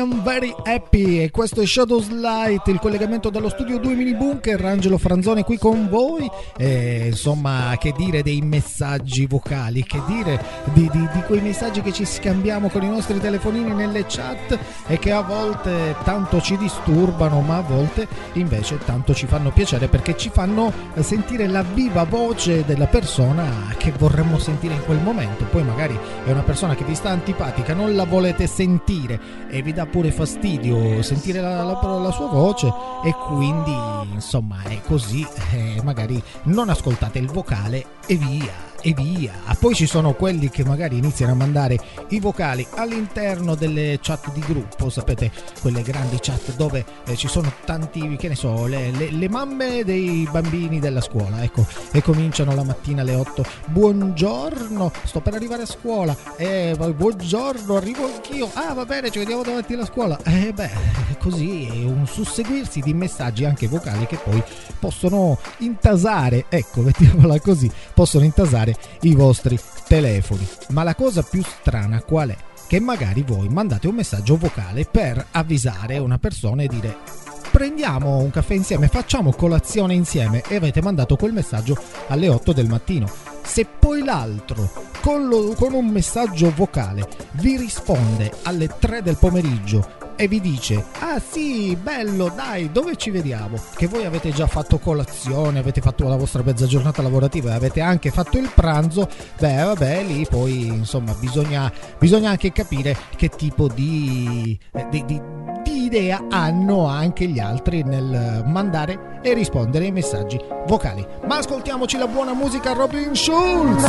am very happy, e questo è Shadows Light, il collegamento dallo studio due Mini Bunker. Angelo Franzone qui con voi, e, insomma, che dire dei messaggi vocali, che dire di, di, di quei messaggi che ci scambiamo con i nostri telefonini nelle chat e che a volte tanto ci disturbano, ma a volte invece tanto ci fanno piacere, perché ci fanno sentire la viva voce della persona che vorremmo sentire in quel momento. Poi magari è una persona che vi sta antipatica, non la volete sentire e vi dà pure fastidio sentire la, la, la sua voce, e quindi insomma è così, eh, magari non ascoltate il vocale e via e via. Poi ci sono quelli che magari iniziano a mandare i vocali all'interno delle chat di gruppo, sapete, quelle grandi chat dove eh, ci sono tanti, che ne so, le, le, le mamme dei bambini della scuola, ecco, e cominciano la mattina alle otto: buongiorno, sto per arrivare a scuola, eh, buongiorno, arrivo anch'io, ah va bene, ci vediamo davanti alla scuola. E eh, beh, così è un susseguirsi di messaggi anche vocali che poi possono intasare, ecco, mettiamola così, possono intasare i vostri telefoni. Ma la cosa più strana qual è? Che magari voi mandate un messaggio vocale per avvisare una persona e dire: prendiamo un caffè insieme, facciamo colazione insieme, e avete mandato quel messaggio alle otto del mattino. Se poi l'altro con, lo, con un messaggio vocale vi risponde alle tre del pomeriggio e vi dice: ah sì, bello, dai, dove ci vediamo? Che voi avete già fatto colazione, avete fatto la vostra mezza giornata lavorativa e avete anche fatto il pranzo, beh vabbè, lì poi insomma bisogna, bisogna anche capire che tipo di, di, di, di idea hanno anche gli altri nel mandare e rispondere ai messaggi vocali. Ma ascoltiamoci la buona musica Robin Schulz.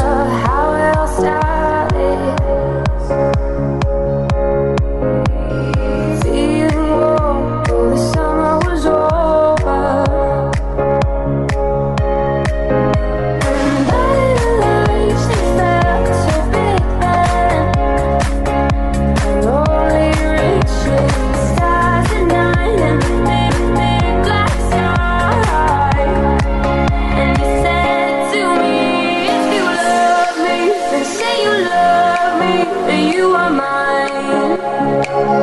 Say you love me, and you are mine.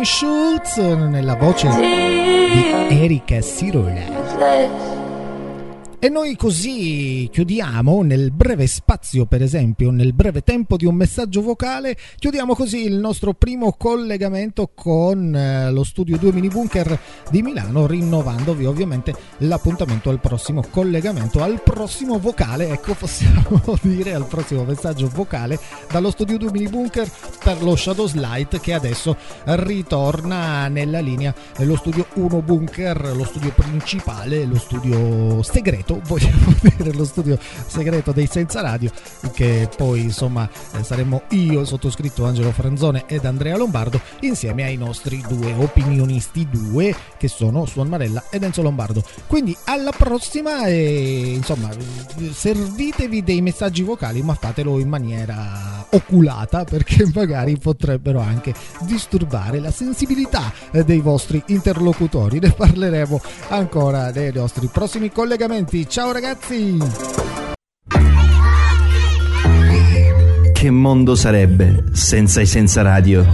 Martin Schulz nella voce di Erika Sirola. E noi così chiudiamo nel breve spazio, per esempio, nel breve tempo di un messaggio vocale, chiudiamo così il nostro primo collegamento con eh, lo studio due Mini Bunker di Milano, rinnovandovi ovviamente l'appuntamento al prossimo collegamento, al prossimo vocale, ecco possiamo dire, al prossimo messaggio vocale dallo studio due Mini Bunker per lo Shadows Light, che adesso ritorna nella linea, lo studio uno Bunker, lo studio principale, lo studio segreto, vogliamo dire, lo studio segreto dei Senza Radio, che poi insomma eh, saremmo io, sottoscritto Angelo Franzone ed Andrea Lombardo, insieme ai nostri due opinionisti due che sono Suon Marella ed Enzo Lombardo. Quindi alla prossima e insomma servitevi dei messaggi vocali, ma fatelo in maniera oculata, perché magari potrebbero anche disturbare la sensibilità dei vostri interlocutori. Ne parleremo ancora nei nostri prossimi collegamenti. Ciao ragazzi! Che mondo sarebbe senza i Senza Radio?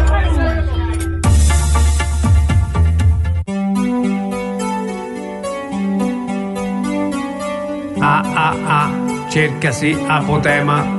Ah ah ah, cercasi apotema.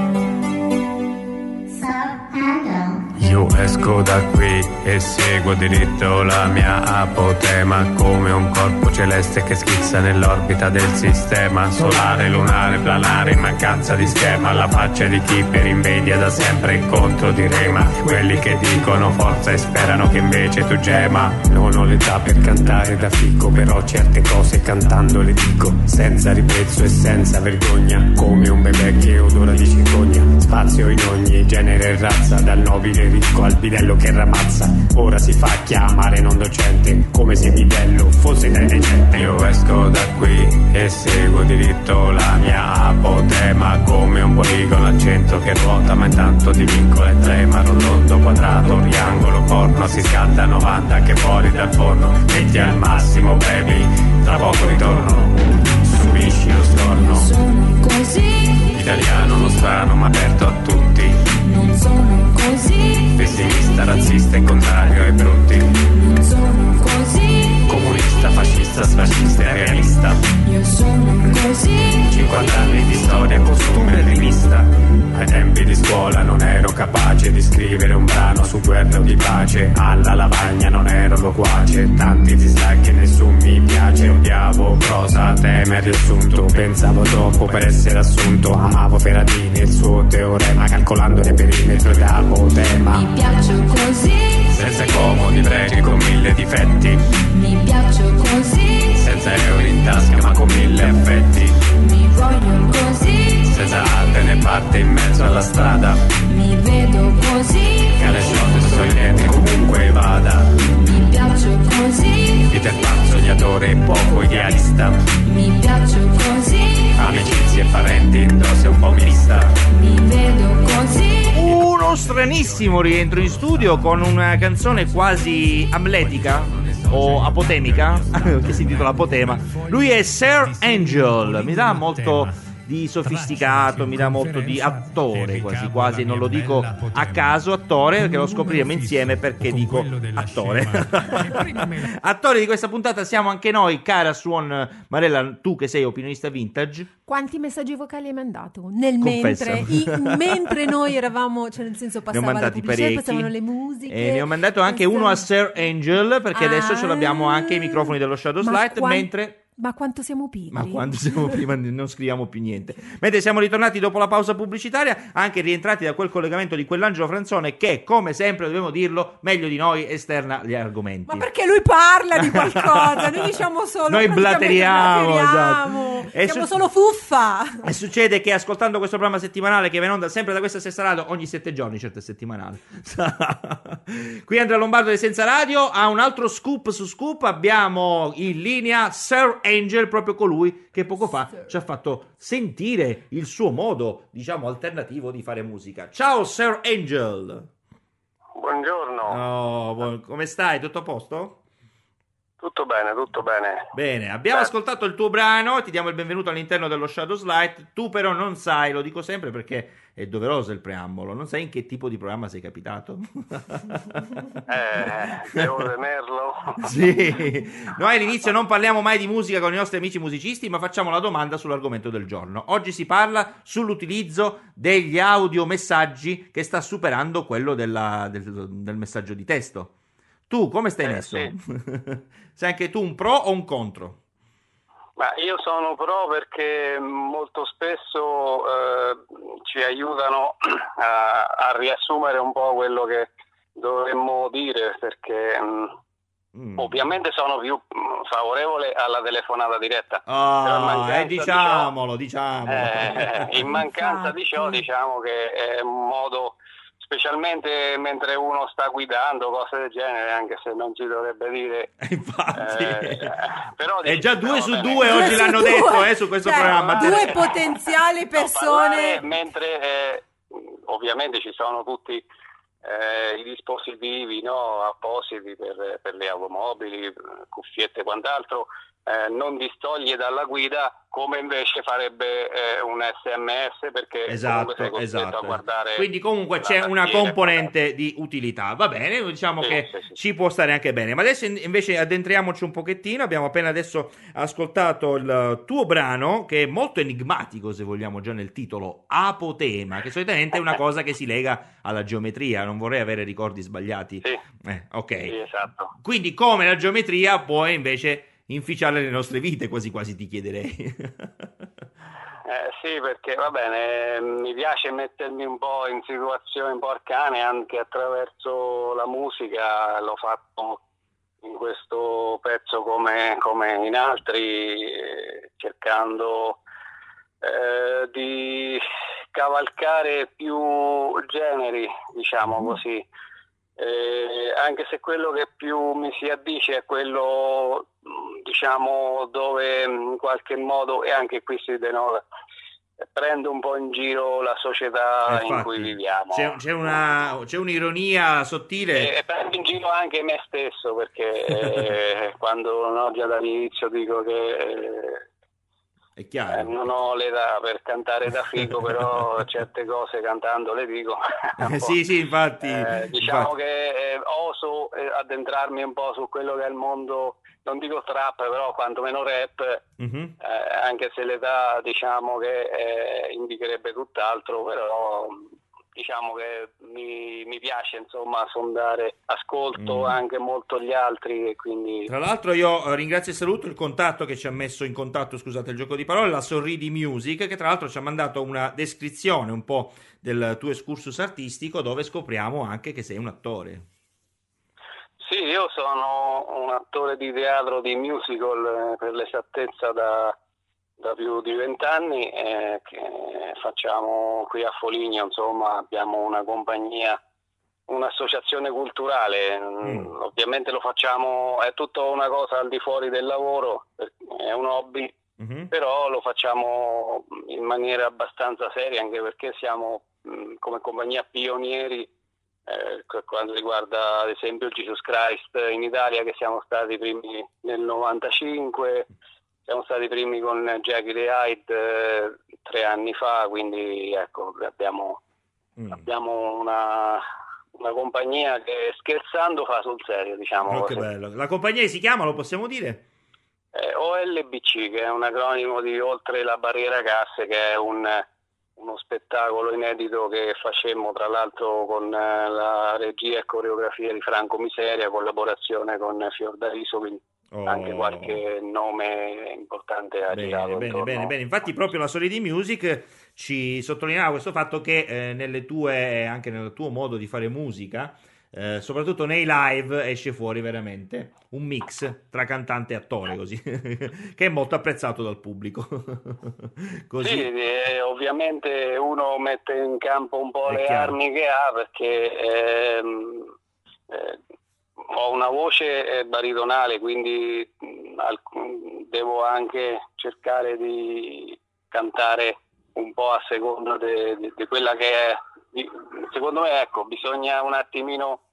Io esco da qui e seguo diritto la mia apotema, come un corpo celeste che schizza nell'orbita del sistema solare, lunare, planare, in mancanza di schema, alla faccia di chi per invidia da sempre incontro di rema, quelli che dicono forza e sperano che invece tu gema. Non ho l'età per cantare da fico, però certe cose cantando le dico, senza ribrezzo e senza vergogna, come un bebè che odora di cicogna, spazio in ogni genere e razza, dal nobile ricco al bidello che ramazza, ora si fa chiamare non docente, come se bidello fosse intelligente. Io esco da qui e seguo diritto la mia apotema, come un poligono al centro che ruota ma intanto ti vincola e trema, rotondo, quadrato, triangolo, corno, si scalda a novanta anche fuori dal forno, metti al massimo baby, tra poco ritorno, subisci lo storno. Sono così, Italiano non strano ma aperto a tutti, non sono così, pessimista, razzista e contrario ai brutti, non sono così, comunista, fascista, sfascista e realista. io sono così, cinquanta anni di storia, costume e rimista. Ai tempi di scuola non ero capace di scrivere un brano su guerra o di pace, alla lavagna non ero loquace, tanti dislike e nessun mi piace, odiavo prosa, tema e riassunto, pensavo troppo per essere assunto, amavo Ferradini e il suo teorema, calcolandone perimetro e davo tema. mi piaccio così, Senza comodi pregi con mille difetti, mi piaccio così, senza euro in tasca ma con mille affetti, mi voglio così, senza arte né parte in mezzo alla strada, mi vedo così, cane sciolto e sorridente comunque vada, mi piaccio così, Peter Pan sognatore e poco idealista, mi piaccio così, amicizie e parenti in dose un po' mista. mi vedo così. Uno stranissimo rientro in studio con una canzone quasi amletica o apotemica che si intitola Apotema. Lui è Sir Angel, mi dà molto di sofisticato, mi dà molto di attore, quasi quasi, non lo dico a caso attore, perché lo scopriremo insieme perché dico attore. Attore di questa puntata siamo anche noi, cara Suon Marella, tu che sei opinionista vintage. Quanti messaggi vocali hai mandato? Nel Confessa. mentre, i- mentre noi eravamo, cioè nel senso Ne ho passava la mandati pubblicità, parecchi. passavano le musiche. E ne ho mandato anche Questo- uno a Sir Angel, perché Ah. adesso ce l'abbiamo anche i microfoni dello Shadows Ma Light, quan- mentre... Ma quanto siamo pigri? Ma quando siamo prima non scriviamo più niente. Mentre siamo ritornati dopo la pausa pubblicitaria, anche rientrati da quel collegamento di quell'Angelo Franzone che, come sempre dobbiamo dirlo, meglio di noi esterna gli argomenti. Ma perché lui parla di qualcosa, noi diciamo solo Noi praticamente blateriamo, blateriamo. esatto. E Siamo su- solo fuffa. E succede che ascoltando questo programma settimanale che va in onda sempre da questa stessa radio ogni sette giorni, certo è settimanale. Qui Andrea Lombardo di Senza Radio ha un altro scoop su scoop. Abbiamo in linea Sir Angel, proprio colui che poco fa ci ha fatto sentire il suo modo, diciamo, alternativo di fare musica. Ciao Sir Angel. Buongiorno. Oh, bu- come stai? Tutto a posto? Tutto bene, tutto bene. Bene, abbiamo ascoltato il tuo brano, ti diamo il benvenuto all'interno dello Shadows Light. Tu però non sai, lo dico sempre perché è doveroso il preambolo, non sai in che tipo di programma sei capitato? Eh, devo tenerlo. Sì, noi all'inizio non parliamo mai di musica con i nostri amici musicisti, ma facciamo la domanda sull'argomento del giorno. Oggi si parla sull'utilizzo degli audiomessaggi che sta superando quello della- del, del messaggio di testo. Tu come stai Eh, messo? sì. Sei anche tu un pro o un contro? Ma io sono pro perché molto spesso eh, ci aiutano a, a riassumere un po' quello che dovremmo dire, perché mh, Mm. ovviamente sono più mh, favorevole alla telefonata diretta. Però in Ah, mancanza eh, di ciò- diciamolo, diciamolo. Eh, in mancanza di ciò, diciamo che è un modo, specialmente mentre uno sta guidando, cose del genere, anche se non ci dovrebbe dire. Infatti. Eh, però È già due su bene. due oggi l'hanno detto eh, su questo Cioè, programma. due potenziali No, persone. parlare mentre eh, ovviamente ci sono tutti eh, i dispositivi, no, appositi per, per le automobili, cuffiette e quant'altro, eh, non distoglie dalla guida, come invece farebbe eh, un S M S, perché comunque sei Esatto, costretto esatto. a guardare. Quindi comunque la c'è una tastiera. componente di utilità. Va bene, diciamo Sì, che sì, sì. ci può stare anche bene. Ma adesso in- invece addentriamoci un pochettino. Abbiamo appena adesso ascoltato il tuo brano, che è molto enigmatico, se vogliamo, già nel titolo, Apotema, che solitamente è una cosa che si lega alla geometria. Non vorrei avere ricordi sbagliati. Sì. Eh, ok. Sì, esatto. Quindi come la geometria può invece inficiare le nostre vite, quasi quasi ti chiederei. Eh, sì, perché va bene, mi piace mettermi un po' in situazioni un po' arcane anche attraverso la musica, l'ho fatto in questo pezzo come, come in altri, eh, cercando eh, di cavalcare più generi, diciamo così. Eh, anche se quello che più mi si addice è quello, mh, diciamo, dove mh, in qualche modo, e anche qui si denota, eh, prendo un po' in giro la società Eh, in cui infatti, viviamo. c'è, c'è una, c'è un'ironia sottile. E, e prendo in giro anche me stesso, perché eh, quando no, già dall'inizio dico che eh, È eh, chiaro. non ho l'età per cantare da figo, però certe cose cantando le dico. Eh, sì, sì, infatti. Eh, diciamo infatti. che eh, oso eh, addentrarmi un po' su quello che è il mondo, non dico trap, però quantomeno rap, Mhm. eh, anche se l'età diciamo che eh, indicherebbe tutt'altro, però diciamo che mi, mi piace insomma sondare, ascolto Mm. anche molto gli altri e quindi Tra l'altro io eh, ringrazio e saluto il contatto che ci ha messo in contatto, scusate il gioco di parole, la Sorridi Music, che tra l'altro ci ha mandato una descrizione un po' del tuo excursus artistico, dove scopriamo anche che sei un attore. sì, io sono un attore di teatro, di musical, eh, per l'esattezza da, da più di vent'anni, eh, che facciamo qui a Foligno, insomma, abbiamo una compagnia, un'associazione culturale, mm, ovviamente lo facciamo, è tutta una cosa al di fuori del lavoro, per- è un hobby, Mhm. però lo facciamo in maniera abbastanza seria, anche perché siamo mh, come compagnia pionieri eh, per quanto riguarda ad esempio il Jesus Christ in Italia, che siamo stati i primi nel novantacinque, siamo stati i primi con Jekyll e Hyde eh, tre anni fa, quindi ecco abbiamo, Mm. abbiamo una, una compagnia che scherzando fa sul serio, diciamo Oh, che così. bello. La compagnia si chiama, lo possiamo dire? Eh, O L B C, che è un acronimo di Oltre la Barriera Casse, che è un, uno spettacolo inedito che facemmo tra l'altro con eh, la regia e coreografia di Franco Miseria, collaborazione con Fiordaliso, quindi Oh. anche qualche nome importante ha Bene, girato bene, intorno. bene, bene. Infatti proprio la Solidi Music ci sottolineava questo fatto che eh, nelle tue, anche nel tuo modo di fare musica, eh, soprattutto nei live, esce fuori veramente un mix tra cantante e attore, così, che è molto apprezzato dal pubblico. Così. Sì, eh, ovviamente uno mette in campo un po' È le chiaro. armi che ha, perché ehm, eh, ho una voce eh, baritonale, quindi mh, alc- devo anche cercare di cantare un po' a seconda di quella che è. di- Secondo me, ecco, bisogna un attimino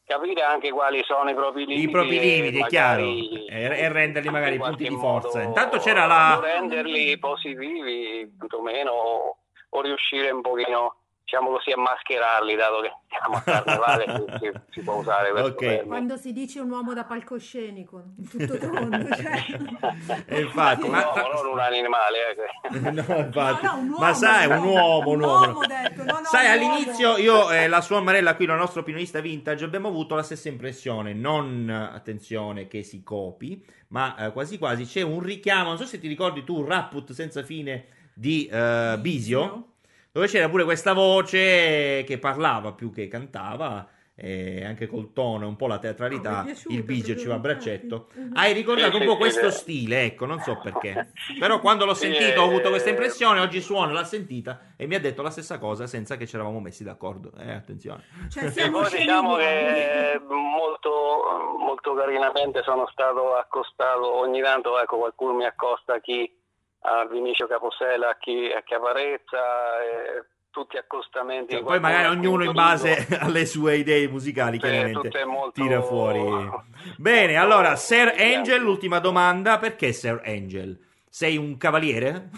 capire anche quali sono i propri limiti. I propri limiti, è chiaro, e, e renderli magari punti di forza. Intanto c'era la... renderli positivi, quantomeno, o, o riuscire un pochino, diciamo così, a mascherarli, dato che siamo a carnevale, si, si può usare questo termine. Quando si dice un uomo da palcoscenico, tutto tondo, cioè... E infatti, un ma... uomo, non un animale. Eh. No, infatti. No, no, un uomo, ma sai, un uomo, un uomo. Un uomo detto, no, no, sai, un all'inizio uomo. io e la sua Marella, qui, il nostro opinionista vintage, abbiamo avuto la stessa impressione. Non, attenzione, che si copi, ma eh, quasi quasi c'è un richiamo. Non so se ti ricordi tu, Rapput senza fine di uh, Bisio, dove c'era pure questa voce che parlava più che cantava, e anche col tono, un po' la teatralità, piaciuto, il Bisio ci va a braccetto. Uh-huh. Hai ricordato un po' questo stile, ecco, non so perché. Però quando l'ho sentito ho avuto questa impressione, oggi Suono l'ha sentita e mi ha detto la stessa cosa senza che ci eravamo messi d'accordo. Eh, attenzione. Cioè, e poi diciamo che molto, molto carinamente sono stato accostato, ogni tanto ecco, qualcuno mi accosta, chi a Vinicio Caposella, a chi a Chiaparezza, eh, tutti accostamenti. Cioè, poi magari ognuno in base alle sue idee musicali, chiaramente, molto... tira fuori. Bene, allora, Sir Angel, l'ultima domanda, perché Sir Angel? Sei un cavaliere?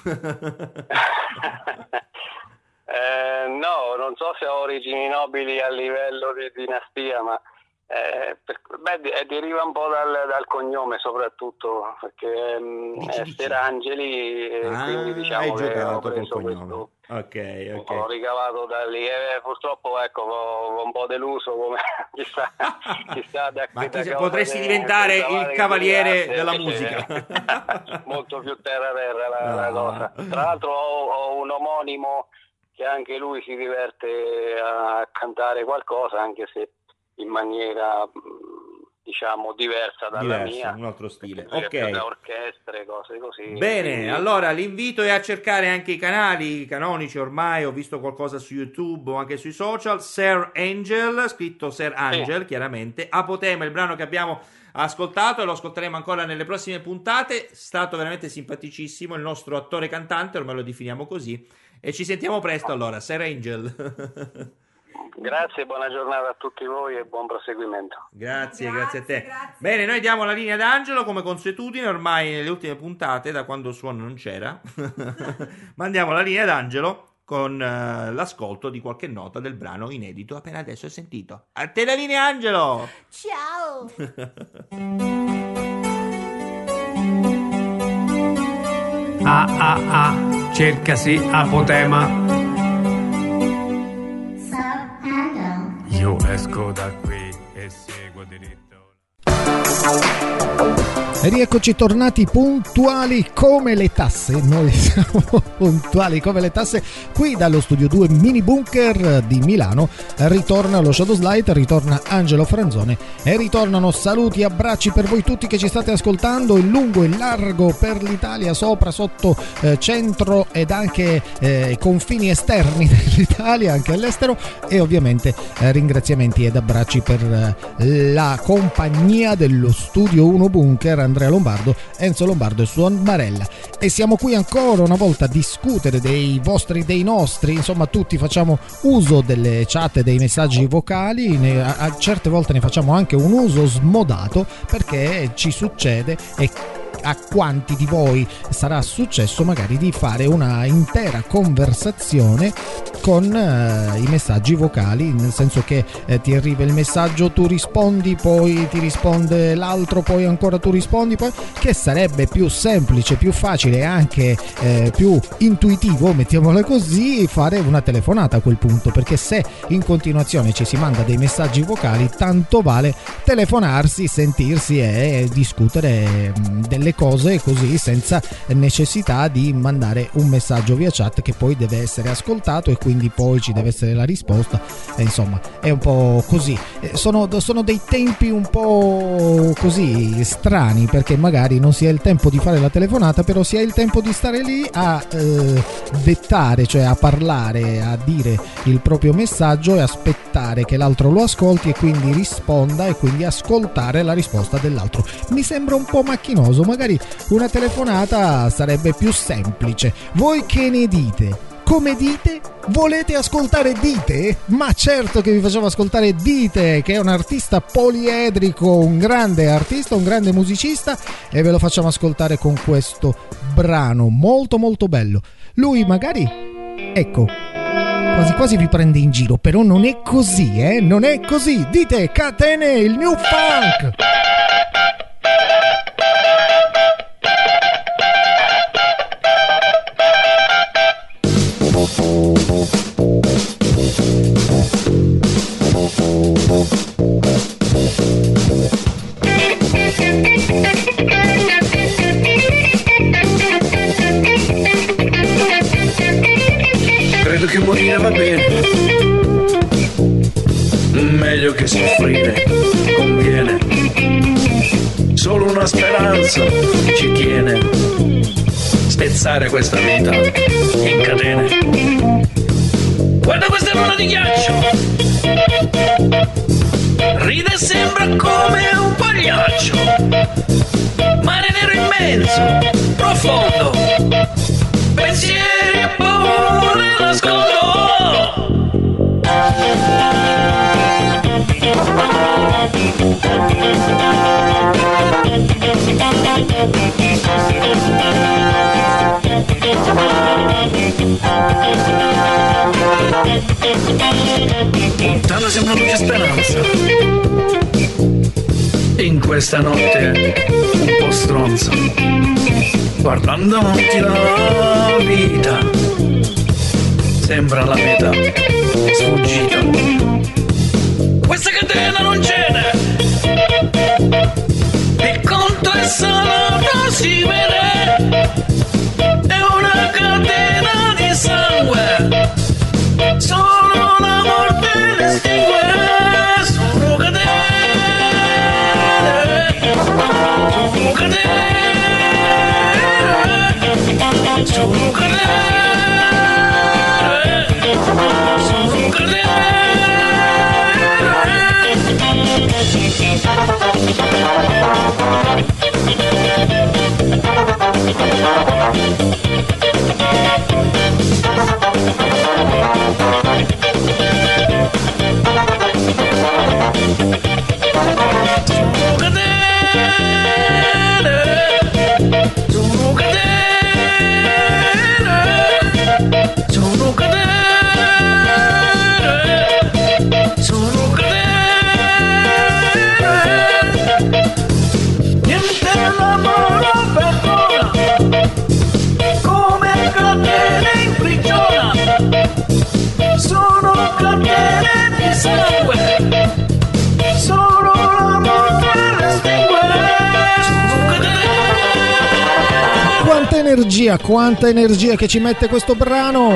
eh, no, non so se ho origini nobili a livello di dinastia, ma Eh, per, beh, deriva un po' dal, dal cognome, soprattutto perché um, è Serangeli, e ah, quindi diciamo hai che giocato ho preso col questo, ok, ok. Ho ricavato da lì e purtroppo ecco ho un po' deluso, come chissà, chissà da, ma da chi, potresti de, diventare il cavaliere della musica. Molto più terra terra la, no. la cosa. Tra l'altro ho, ho un omonimo che anche lui si diverte a cantare qualcosa, anche se in maniera diciamo diversa dalla diversa, mia, un altro stile, ok, ok, da orchestre, cose così. Bene, quindi... allora l'invito è a cercare anche i canali canonici, ormai ho visto qualcosa su YouTube o anche sui social. Sir Angel, scritto Sir Angel, sì. Chiaramente. Apotema, il brano che abbiamo ascoltato e lo ascolteremo ancora nelle prossime puntate. È stato veramente simpaticissimo il nostro attore cantante, ormai lo definiamo così, e ci sentiamo presto allora, Sir Angel. Grazie, buona giornata a tutti voi e buon proseguimento. Grazie, grazie, grazie a te. Grazie. Bene, noi diamo la linea ad Angelo come consuetudine, ormai nelle ultime puntate, da quando il Suono non c'era. Mandiamo la linea ad Angelo con uh, l'ascolto di qualche nota del brano inedito appena adesso hai sentito. A te la linea, Angelo! Ciao! Ah ah ah, cercasi Apotema. Io esco da qui e seguo diritto. E rieccoci tornati puntuali come le tasse. Noi siamo puntuali come le tasse qui dallo studio due Mini Bunker di Milano. Ritorna lo Shadows Light, ritorna Angelo Franzone e ritornano saluti e abbracci per voi tutti che ci state ascoltando in lungo e largo per l'Italia, sopra, sotto, eh, centro ed anche eh, confini esterni dell'Italia, anche all'estero, e ovviamente eh, ringraziamenti ed abbracci per eh, la compagnia dello studio uno Bunker, Andrea Lombardo, Enzo Lombardo e Suon Marella. E siamo qui ancora una volta a discutere dei vostri, dei nostri, insomma tutti facciamo uso delle chat e dei messaggi vocali, ne, a, a certe volte ne facciamo anche un uso smodato perché ci succede, e a quanti di voi sarà successo magari di fare una intera conversazione con eh, i messaggi vocali, nel senso che eh, ti arriva il messaggio, tu rispondi, poi ti risponde l'altro, poi ancora tu rispondi, poi, che sarebbe più semplice, più facile e anche eh, più intuitivo, mettiamola così, fare una telefonata a quel punto, perché se in continuazione ci si manda dei messaggi vocali, tanto vale telefonarsi, sentirsi e discutere mh, delle cose così, senza necessità di mandare un messaggio via chat che poi deve essere ascoltato e quindi poi ci deve essere la risposta, e insomma è un po' così. Sono, sono dei tempi un po' così strani, perché magari non si ha il tempo di fare la telefonata, però si ha il tempo di stare lì a eh, dettare, cioè a parlare, a dire il proprio messaggio e aspettare che l'altro lo ascolti e quindi risponda, e quindi ascoltare la risposta dell'altro. Mi sembra un po' macchinoso, magari una telefonata sarebbe più semplice. Voi che ne dite? Come dite? Volete ascoltare Dite? Ma certo che vi facciamo ascoltare Dite, che è un artista poliedrico, un grande artista, un grande musicista, e ve lo facciamo ascoltare con questo brano molto molto bello. Lui magari, ecco, quasi quasi vi prende in giro, però non è così, eh? Non è così. Dite, Catene, il new funk! Credo che morire va bene, meglio che soffrire conviene. Solo una speranza ci tiene, spezzare questa vita in catene. Guarda questa luna di ghiaccio, ride e sembra come un pagliaccio. Mare nero immenso, profondo, pensieri e paure nascondo. Lontano sembra luce e speranza, in questa notte un po' stronza, guardando avanti la vita, sembra la metà sfuggita. Questa catena non cede, il conto è salato, si vede, è una catena di sangue, solo la morte le estingue. Sono catene, sono catene, sono catene. Quanta energia, quanta energia che ci mette questo brano.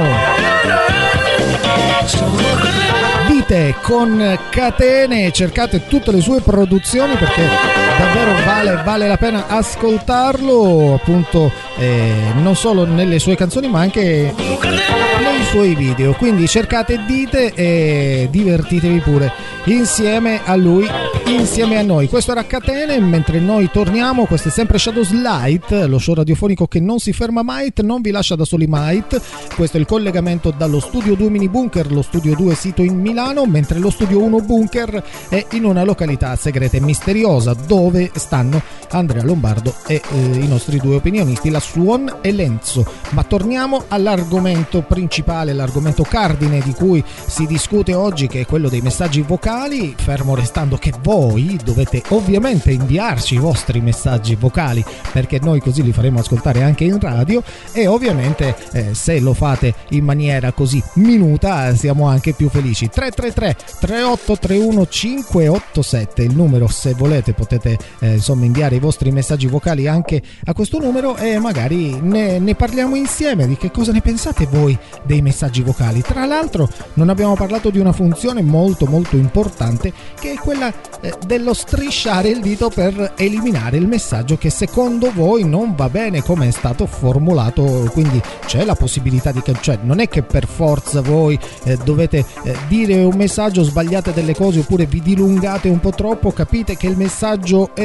Dite con Catene, cercate tutte le sue produzioni perché davvero vale, vale la pena ascoltarlo, appunto eh, non solo nelle sue canzoni ma anche nei suoi video. Quindi cercate Dite e divertitevi pure insieme a lui, insieme a noi. Questo era Catene, mentre noi torniamo. Questo è sempre Shadows Light, lo show radiofonico che non si ferma mai, non vi lascia da soli mai. Questo è il collegamento dallo studio due Mini Bunker, lo studio due sito in Milano, mentre lo studio uno Bunker è in una località segreta e misteriosa dove stanno Andrea Lombardo e eh, i nostri due opinionisti, la Suon e Lenzo. Ma torniamo all'argomento principale, l'argomento cardine di cui si discute oggi, che è quello dei messaggi vocali, fermo restando che voi dovete ovviamente inviarci i vostri messaggi vocali perché noi così li faremo ascoltare anche in radio, e ovviamente eh, se lo fate in maniera così minuta siamo anche più felici. Tre tre tre tre otto tre uno cinque otto sette il numero, se volete potete eh, insomma inviare i vostri messaggi vocali anche a questo numero e magari ne, ne parliamo insieme di che cosa ne pensate voi dei messaggi vocali. Tra l'altro non abbiamo parlato di una funzione molto molto importante, che è quella eh, dello strisciare il dito per eliminare il messaggio che secondo voi non va bene come è stato formulato. Quindi c'è la possibilità di che, cioè non è che per forza voi eh, dovete eh, dire un messaggio, sbagliate delle cose oppure vi dilungate un po' troppo, capite che il messaggio è troppo lungo,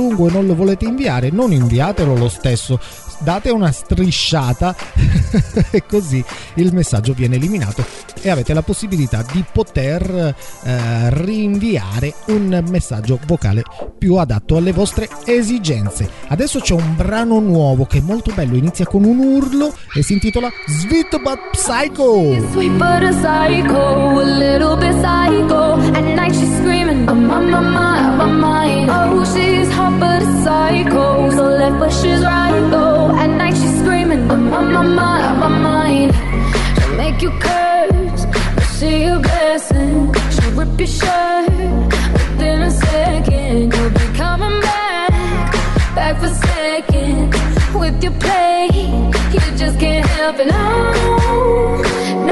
lungo e non lo volete inviare, non inviatelo lo stesso, date una strisciata e così il messaggio viene eliminato e avete la possibilità di poter eh, rinviare un messaggio vocale più adatto alle vostre esigenze. Adesso c'è un brano nuovo che è molto bello, inizia con un urlo e si intitola Sweet But Psycho. Sweet but a psycho, a little bit psycho. At night she's screaming, I'm on my mind, my mind. Oh, she's hot but a psycho, so left but she's right though. At night she's screaming, I'm on my mind, my mind. She'll make you curse, but she a blessing. She'll rip your shirt within a second. You'll be coming back, back for second. With your play, you just can't help it. No,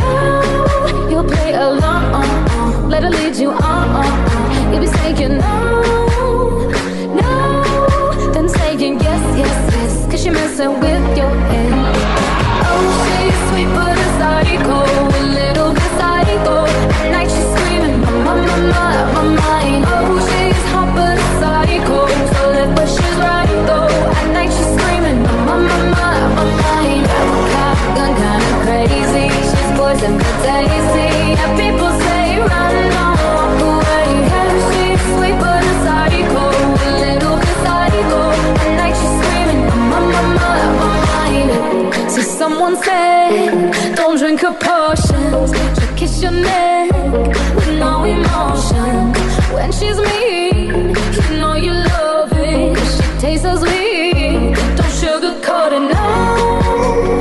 no, you'll play along. Let her lead you on. You'll be saying no, no, then saying yes, yes, yes, cause you're messing with your head. Oh, she's sweet but a psycho, a little bit psycho. At night she's screaming, my, my, my, my mind. Oh, she's hot but a psycho, so left but she's right though. At night she's screaming, my, my, my, my mind. Cop gun kinda crazy, she's poison for tasty. Yeah, people say run, don't walk away. Yeah, she's sweet but a psycho, a little bit psycho. At night she's screaming, my, my, my, my mind. See, someone said, don't drink her potions. She'll kiss your neck with no emotion. When she's mean, you know you love it, 'cause she tastes so sweet. Don't sugarcoat it, no,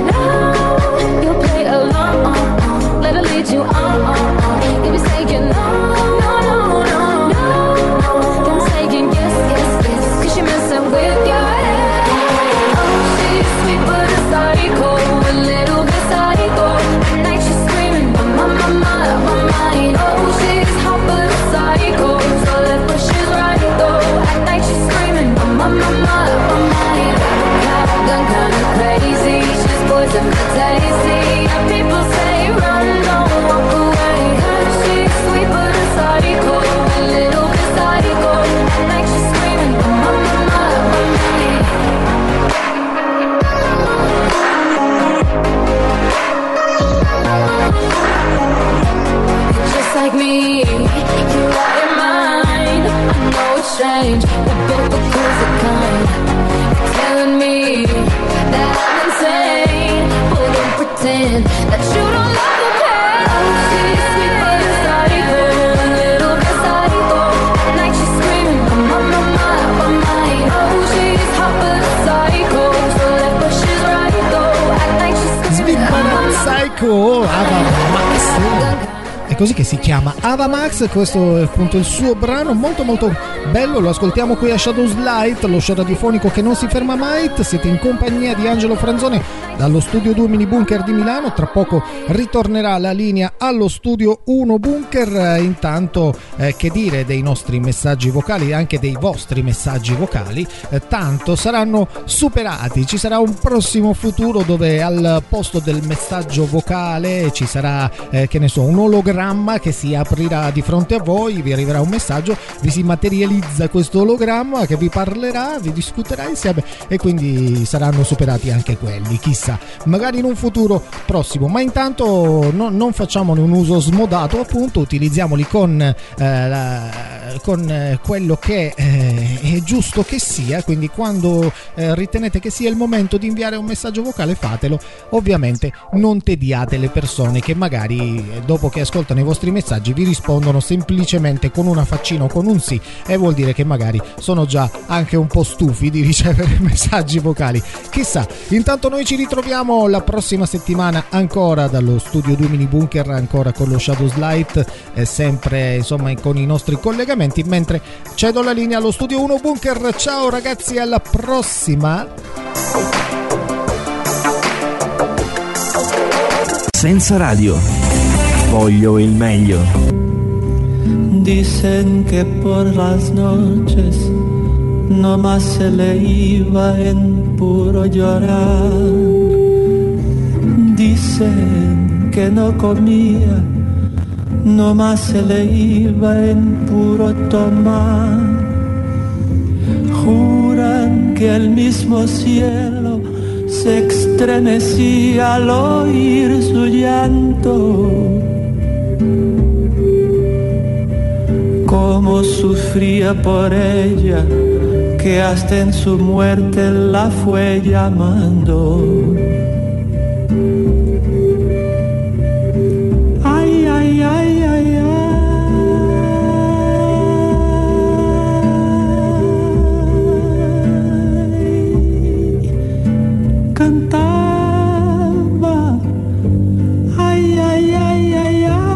no. You'll play along, let her lead you on. You'll be saying no, no, no, no, no. Then saying yes, yes, yes, 'cause you're messing with your head. Oh, she's sweet but a psycho, a little bit psycho. At night she's screaming, my, my, my, my mind. Oh, she's hot but a psycho, so left but she's right though. At night she's screaming, my, my, my, my mind. Gun kinda crazy, she's poison for tasty. And people say run, don't walk away. She's sweet but a psycho, a little bit psycho. At night she's screaming, my, my, my, my mind. Just like me, you're out your mind. I know it's strange, we're both the crazy kind. You're telling me that I'm insane, but don't pretend that you don't love the pain. Oh, she's sweet but a psycho, a little bit psycho. At night she's screaming, my, my, my, my mind. Oh, she's hot but a psycho, so left but she's right though. At night she's Sweet screaming, but my, a my, Psycho, Ava Max. È così che si chiama Ava Max, questo è appunto il suo brano, molto molto bello, lo ascoltiamo qui a Shadows Light, lo show radiofonico che non si ferma mai. Siete in compagnia di Angelo Franzone dallo studio due Mini Bunker di Milano, tra poco ritornerà la linea allo studio uno Bunker. Intanto eh, che dire dei nostri messaggi vocali, anche dei vostri messaggi vocali, eh, tanto saranno superati, ci sarà un prossimo futuro dove al posto del messaggio vocale ci sarà eh, che ne so, un ologramma che si aprirà di fronte a voi, vi arriverà un messaggio, vi si materializza questo ologramma che vi parlerà, vi discuterà insieme e quindi saranno superati anche quelli, chissà, magari in un futuro prossimo. Ma intanto no, non facciamone un uso smodato, appunto, utilizziamoli con, eh, la, con eh, quello che eh, è giusto che sia, quindi quando eh, ritenete che sia il momento di inviare un messaggio vocale fatelo, ovviamente non tediate le persone che magari dopo che ascoltano i vostri messaggi vi rispondono semplicemente con una faccina o con un sì, e vuol dire che magari sono già anche un po' stufi di ricevere messaggi vocali, chissà. Intanto noi ci ritroviamo la prossima settimana ancora dallo studio due Mini Bunker, ancora con lo Shadows Light e sempre insomma con i nostri collegamenti, mentre cedo la linea allo studio uno Bunker. Ciao ragazzi, alla prossima. Senza radio, voglio il meglio. Dicen que por las noches nomás se le iba en puro llorar. Dicen que no comía, nomás se le iba en puro tomar. que el mismo cielo se estremecía al oír su llanto. Cómo sufría por ella, que hasta en su muerte la fue llamando. Ay, ay, ay, ay, ay. Cantaba, ay, ay, ay, ay, ay.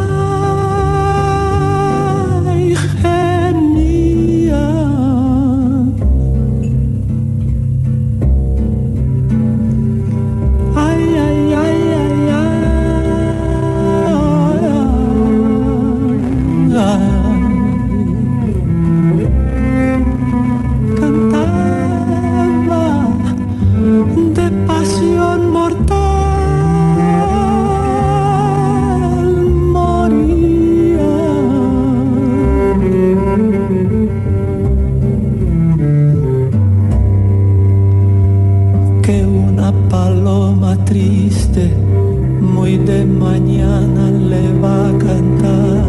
De mañana le va a cantar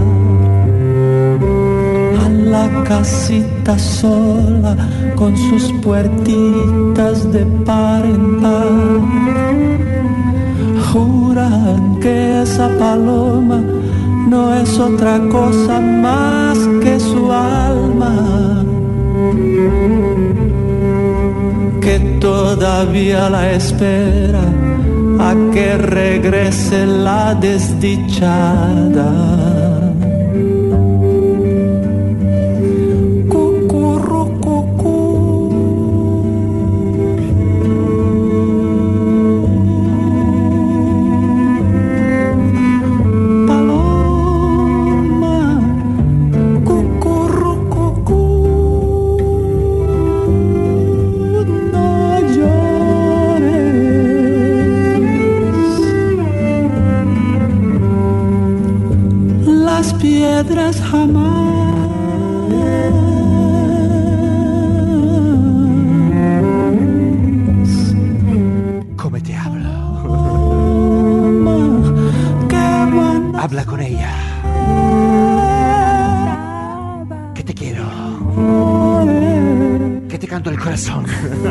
a la casita sola con sus puertitas de par en par. Juran que esa paloma no es otra cosa más que su alma, que todavía la espera a que regrese la desdichada. Piedras jamás come te hablo. Habla con ella, que te quiero, que te canto el corazón.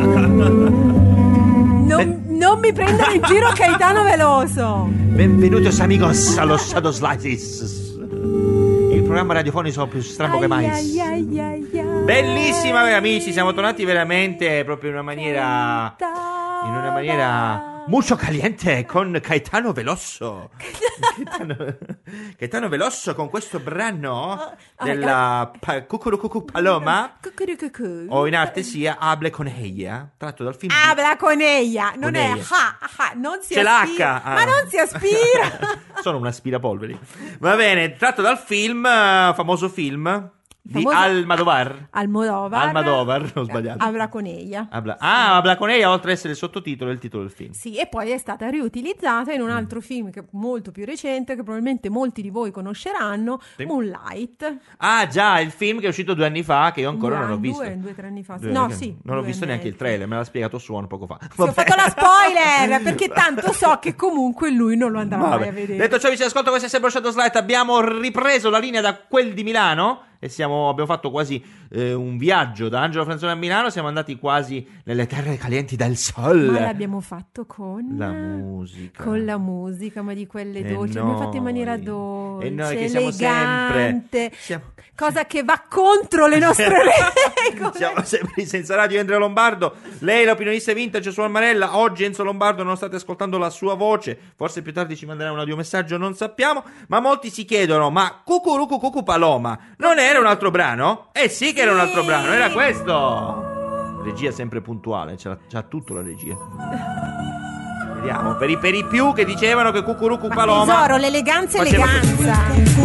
Non, non mi prendere in giro, Caetano Veloso. Benvenutos amigos a los Shadow Slices, il programma radiofonico più strambo che mai. Ai, ai, ai, ai. Bellissima, amici, siamo tornati veramente proprio in una maniera in una maniera molto caliente con Caetano Veloso. Caetano, Caetano Veloso con questo brano della pa, Cucurucucu Paloma, o in arte sia Hable con ella, tratto dal film Habla con ella, non Con è ella. ha, ha, non si C'è aspira, l'H, ah. ma non si aspira. sono un aspirapolveri. Va bene, tratto dal film, eh, famoso film di Famoso- Almodovar. Almodovar. Almodovar, ho sbagliato. Habla con ella. Habla- ah, Habla con ella, oltre ad essere il sottotitolo, è il titolo del film. Sì, e poi è stata riutilizzata in un altro film che è molto più recente, che probabilmente molti di voi conosceranno, Sì. Moonlight. Ah, già, il film che è uscito due anni fa, che io ancora Due non ho anni, visto. Due, due tre anni fa. Due No, anni- sì. Non ho due visto e neanche il mezzo. trailer, me l'ha spiegato Suono poco fa. Sì, ho fatto la spoiler, perché tanto so che comunque lui non lo andrà mai Vabbè. a vedere. Detto ciò, vi si ascolta, questo è sempre Shadow Slide. Abbiamo ripreso la linea da quel di Milano e siamo, abbiamo fatto quasi eh, un viaggio da Angelo Franzoni a Milano. Siamo andati quasi nelle terre calienti del sol. Ma l'abbiamo fatto con La musica. con la musica, ma di quelle E dolci. L'abbiamo fatto in noi- maniera dolce, e noi che siamo elegante, sempre- siamo- cosa che va contro le nostre regole. Siamo sempre in Senza Radio, Andrea Lombardo. Lei, l'opinionista vintage su Almarella. Oggi Enzo Lombardo, non state ascoltando la sua voce. Forse più tardi ci manderà un audiomessaggio, non sappiamo. Ma molti si chiedono: ma Cucurucu Cucu Paloma non era un altro brano? Eh sì che era un altro brano, era questo. Regia sempre puntuale, c'ha, c'ha tutto la regia. Vediamo, per i, per i più che dicevano che Cucurucu Paloma. Tesoro, l'eleganza e faceva- eleganza.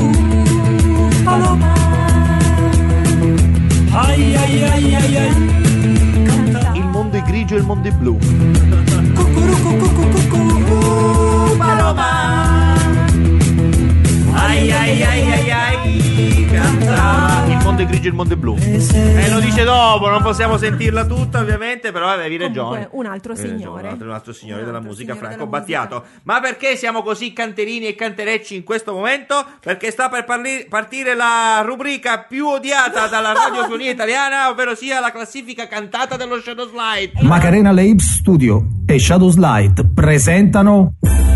Ai ai ai ai ai. Il mondo è grigio e il mondo è blu. Paloma. Ai ai ai ai ai. canta. Il mondo è grigio e il mondo è blu. E lo dice dopo, non possiamo sentirla tutta ovviamente, però avevi ragione. Un altro signore. Un altro, un altro signore della musica, Franco Battiato. Ma perché siamo così canterini e canterecci in questo momento? Perché sta per parli- partire la rubrica più odiata dalla radiofonia italiana, ovvero sia la classifica cantata dello Shadows Light. Macarena Leib Studio e Shadows Light presentano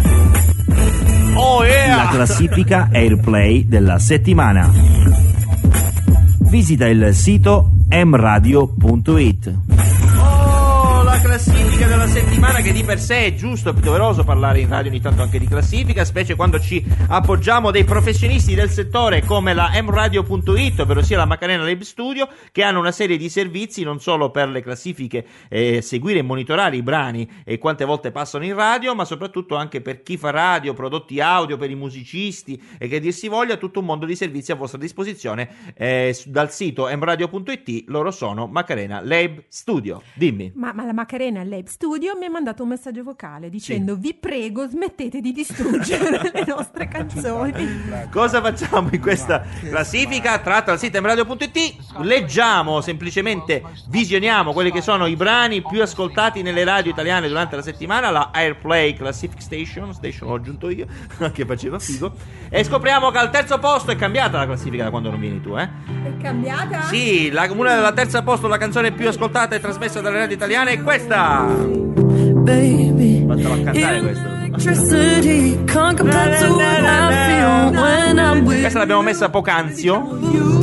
Oh yeah! la classifica Airplay della settimana. Visita il sito m radio punto it. Oh, la classifica della settimana, che di per sé è giusto e doveroso parlare in radio ogni tanto anche di classifica, specie quando ci appoggiamo dei professionisti del settore come la m radio punto it, ovvero sia la Macarena Lab Studio, che hanno una serie di servizi non solo per le classifiche, eh, seguire e monitorare i brani e quante volte passano in radio, ma soprattutto anche per chi fa radio, prodotti audio per i musicisti e che dir si voglia, tutto un mondo di servizi a vostra disposizione eh, dal sito m radio punto it. Loro sono Macarena Lab Studio. Dimmi. Ma, ma la Macarena Lab Studio mi ha mandato un messaggio vocale dicendo: sì, vi prego smettete di distruggere le nostre canzoni. Cosa facciamo in questa classifica tratta dal sito m radio punto it? Leggiamo, semplicemente visioniamo quelli che sono i brani più ascoltati nelle radio italiane durante la settimana, la Airplay Classific Station, station l'ho aggiunto io, che faceva figo, e scopriamo che al terzo posto è cambiata la classifica da quando non vieni tu, eh? È cambiata? Sì, la, una della terza posto, la canzone più ascoltata e trasmessa dalle radio italiane è questa. Baby, fatela a cantare questa. Questa l'abbiamo messa poc'anzio.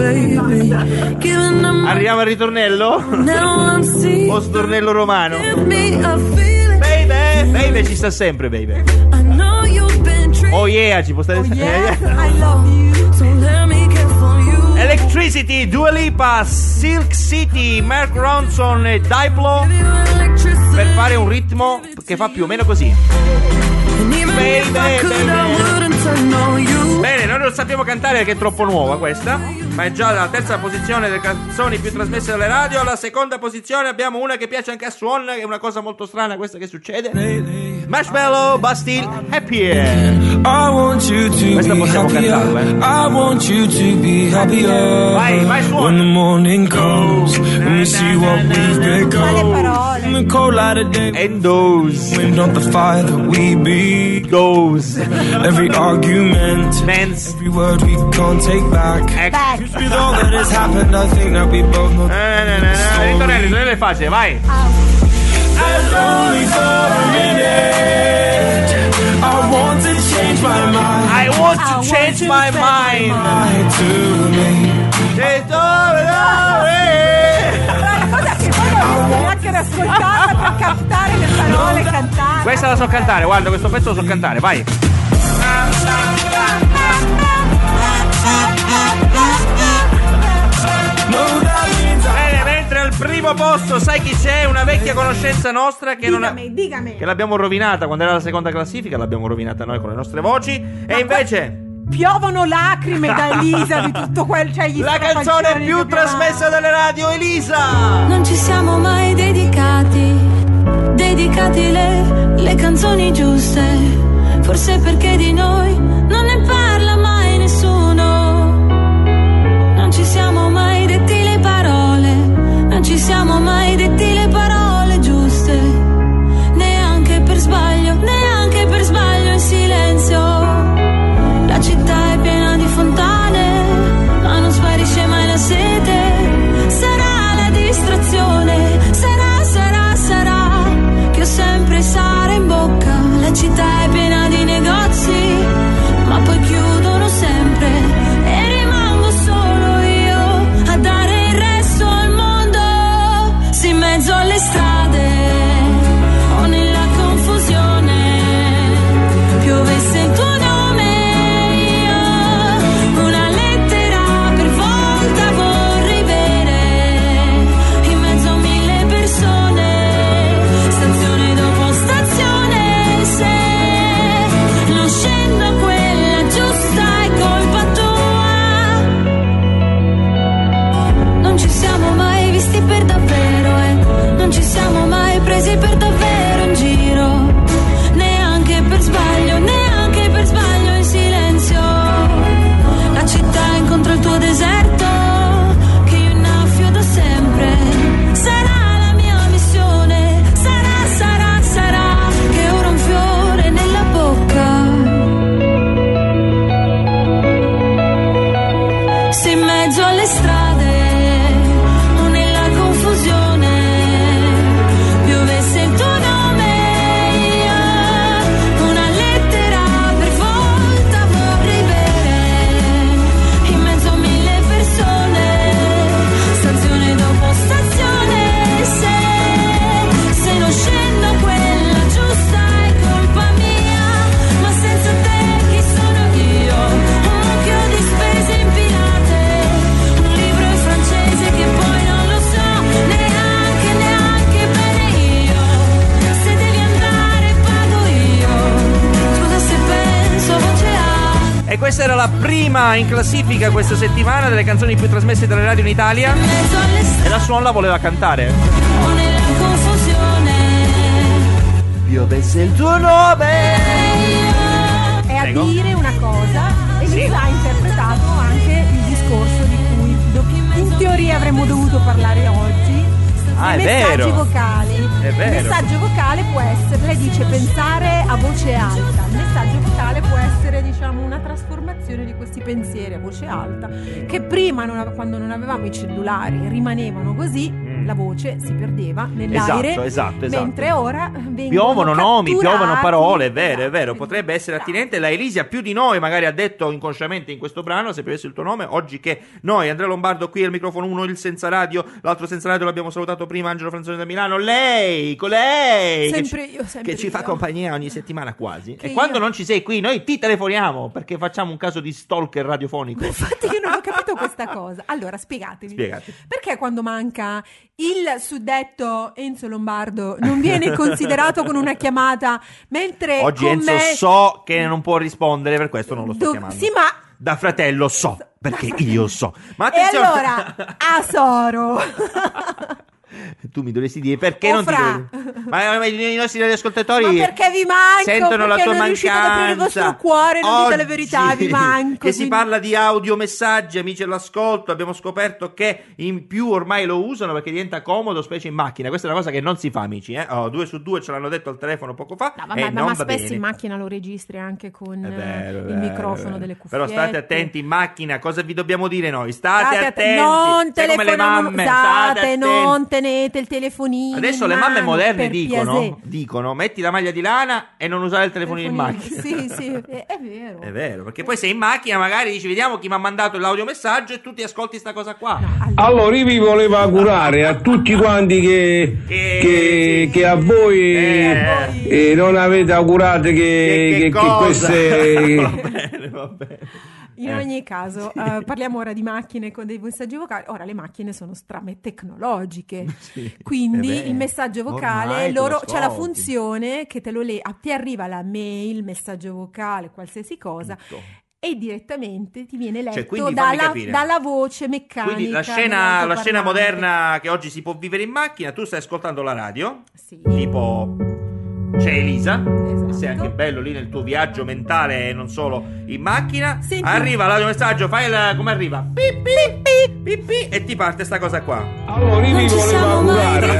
Arriviamo al ritornello. O stornello romano. Baby, baby ci sta sempre, baby. Oh yeah, ci può stare sempre. I love you. So let me care for you. Electricity, Dua Lipa, Silk City, Mark Ronson e Diplo, per fare un ritmo che fa più o meno così. Baby, baby. Bene, noi non sappiamo cantare perché è troppo nuova questa, ma è già la terza posizione delle canzoni più trasmesse dalle radio. Alla seconda posizione abbiamo una che piace anche a Suon, che è una cosa molto strana questa che succede. Marshmallow, Bastille, Happier. Questa possiamo cantarla, eh. I want you to be happier. Vai, vai Suon. When the morning comes, when we see what we've become. In the cold light of day, and those, we're not the fire that we be. Those, every argument, Men's. every word we can't take back. Back. With all that has happened, I think that we both know. Eh, no, no, no, ritornelli, ritornelli è facile, vai. And only for a minute, I want to change my mind. I want to I change want to my mind. mind. To me. La cosa è che poi non devi neanche ascoltarla per captare le parole e cantare. Questa la so cantare, guarda, questo pezzo lo so cantare, vai. Bene, mentre al primo posto sai chi c'è? Una vecchia conoscenza nostra che non ha, Dígame. che l'abbiamo rovinata quando era la seconda classifica, l'abbiamo rovinata noi con le nostre voci. E invece piovono lacrime da Elisa di tutto quel, cioè gli la canzone più che trasmessa dalle radio, Elisa. Non ci siamo mai dedicati, dedicati le, le canzoni giuste. Forse perché di noi non ne parla mai nessuno. Non ci siamo mai detti le parole, non ci siamo mai detti le parole giuste. Neanche per sbaglio, neanche per sbaglio in silenzio. La città è piena di fontane, ma non sparisce mai la sete. Sarà la distrazione, sarà, sarà, sarà, che ho sempre sale in bocca. La città è piena di negozi, ma poi chiudono sempre e rimango solo io a dare il resto al mondo. Si Questa era la prima in classifica questa settimana delle canzoni più trasmesse dalle radio in Italia e la Suon la voleva cantare. Piovesse il tuo nome. E a Prego. dire una cosa, Elisa Sì. ha interpretato anche il discorso di cui do- in teoria avremmo dovuto parlare oggi. Ah, I è messaggi vero. vocali. È vero. Il messaggio vocale può essere, lei dice pensare a voce alta. Il messaggio vocale può essere, diciamo, una trasformazione di questi pensieri a voce alta che prima, non ave- quando non avevamo i cellulari, rimanevano così. La voce si perdeva nell'aire, Esatto, esatto, esatto. mentre ora vengono Piovono nomi, catturati. piovono parole, è vero, è vero. Potrebbe essere attinente. La Elisa più di noi magari ha detto inconsciamente in questo brano, se piovesse il tuo nome, oggi che noi, Andrea Lombardo qui al microfono uno, il senza radio, l'altro senza radio l'abbiamo salutato prima, Angelo Franzoni da Milano, lei, con lei, Sempre che ci, io, sempre che ci io. fa compagnia ogni settimana quasi. Che e quando io. non ci sei qui, noi ti telefoniamo perché facciamo un caso di stalker radiofonico. Infatti io non ho capito questa cosa. Allora, spiegatemi. Spiegati. Perché quando manca il suddetto Enzo Lombardo non viene considerato con una chiamata, mentre Oggi con Enzo me... so che non può rispondere, per questo non lo sto Do- chiamando. Sì, ma... Da fratello so, perché io so. Ma E attenzione. allora, Asoro. Tu mi dovresti dire perché O non ti fra. dovresti- ma, ma i nostri radioascoltatori Ma perché vi manco? sentono la Perché tua non riuscite ad aprire il mancanza. vostro cuore, non dite la verità, Oggi vi manco. che si quindi- parla di audiomessaggi, amici all'ascolto, abbiamo scoperto che in più ormai lo usano perché diventa comodo, specie in macchina. Questa è una cosa che non si fa, amici, eh? Oh, due su due ce l'hanno detto al telefono poco fa. No, ma, e ma- non ma va spesso bene. in macchina lo registri anche con È vero, è il vero, microfono è vero. delle cuffiette. Però state attenti in macchina, cosa vi dobbiamo dire noi? State, State att- attenti. non Sai come le telefoniamo, mamme, state, attenti. non tenete il telefonino. Adesso in le mamme mano, moderne per dicono, piacere. dicono metti la maglia di lana e non usare il telefonino in macchina. Sì, sì, è, è vero. È vero, perché poi sei in macchina, magari dici vediamo chi mi ha mandato l'audiomessaggio e tu ti ascolti sta cosa qua. Allora io vi volevo augurare a tutti quanti che, che, che a voi eh, non avete augurato che, che che, che cosa? queste... Va bene, va bene. In Eh. ogni caso, eh, parliamo ora di macchine con dei messaggi vocali. Ora le macchine sono strame tecnologiche, Sì, quindi eh beh, il messaggio vocale, ormai te lo loro, c'è la ascolti. funzione che te lo le- ti arriva la mail, il messaggio vocale, qualsiasi cosa. E direttamente ti viene letto Cioè, quindi fammi dalla, capire. dalla voce meccanica. Quindi la scena, la scena dell'altoparlante. moderna che oggi si può vivere in macchina, tu stai ascoltando la radio, Sì. tipo c'è Elisa, Esatto. e sei anche bello lì nel tuo viaggio mentale e non solo in macchina, Senti. arriva l'audiomessaggio, fai il, come arriva? Pip, pip, pip, pip, pip, e ti parte sta cosa qua. Allora io vi volevo augurare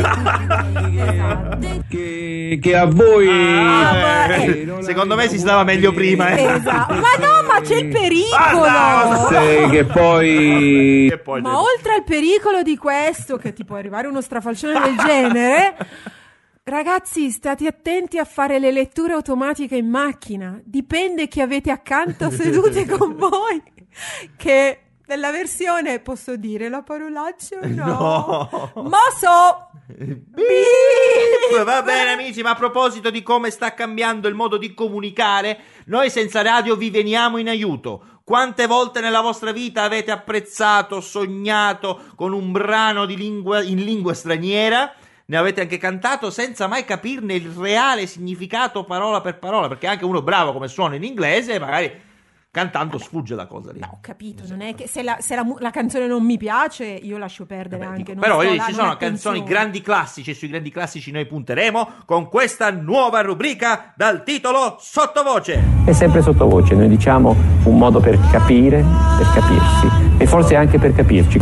che, che a voi... Ah, eh, eh, secondo me si stava meglio prima, eh. Esatto. Ma no, ma c'è il pericolo. eh, che poi... E poi Ma oltre al pericolo di questo, che ti può arrivare uno strafalcione del genere, ragazzi, state attenti a fare le letture automatiche in macchina. Dipende chi avete accanto sedute con voi. Che nella versione, posso dire la parolaccia? No. No. Mosso! Beep! Va bene amici, ma a proposito di come sta cambiando il modo di comunicare, noi senza radio vi veniamo in aiuto. Quante volte nella vostra vita avete apprezzato, sognato con un brano di lingua, in lingua straniera? Ne avete anche cantato senza mai capirne il reale significato parola per parola, perché anche uno bravo come suona in inglese magari cantando sfugge la cosa lì. Ho capito, non è che se la, se la, mu- la canzone non mi piace, io lascio perdere anche. non Però sto vedi, là, ci non sono attenzione. canzoni grandi classici e sui grandi classici noi punteremo con questa nuova rubrica dal titolo Sottovoce. È sempre sottovoce, noi diciamo un modo per capire, per capirsi e forse anche per capirci.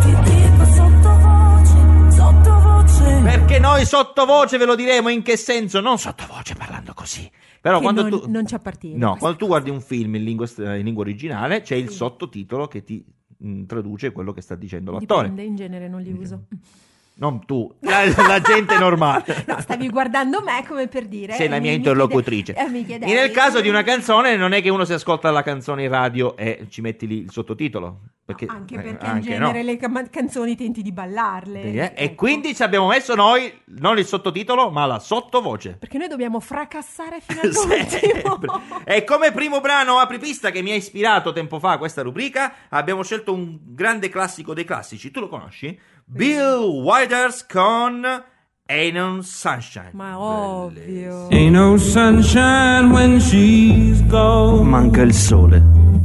Perché noi sottovoce ve lo diremo in che senso, non sottovoce parlando così. Però Che quando non, tu non ci appartiene. No, quando tu guardi un film in lingua, in lingua originale c'è il sottotitolo che ti mh, traduce quello che sta dicendo l'attore. Dipende, in genere non li uso. Non tu, la, la gente normale. No, stavi guardando me come per dire. Sei la eh, mia mi- mi interlocutrice. chiede- eh, mi chiedevi. Nel caso di una canzone non è che uno si ascolta la canzone in radio e ci metti lì il sottotitolo. Perché, Anche eh, perché anche in no. genere le cam- canzoni tenti di ballarle. Eh, E quindi ci abbiamo messo noi non il sottotitolo ma la sottovoce. Perché noi dobbiamo fracassare fino all'ultimo. E come primo brano apripista che mi ha ispirato tempo fa a questa rubrica abbiamo scelto un grande classico dei classici. Tu lo conosci? Bill Withers con Ain't No Sunshine. Ma ovvio. Ain't no sunshine when she's gone. Manca il sole,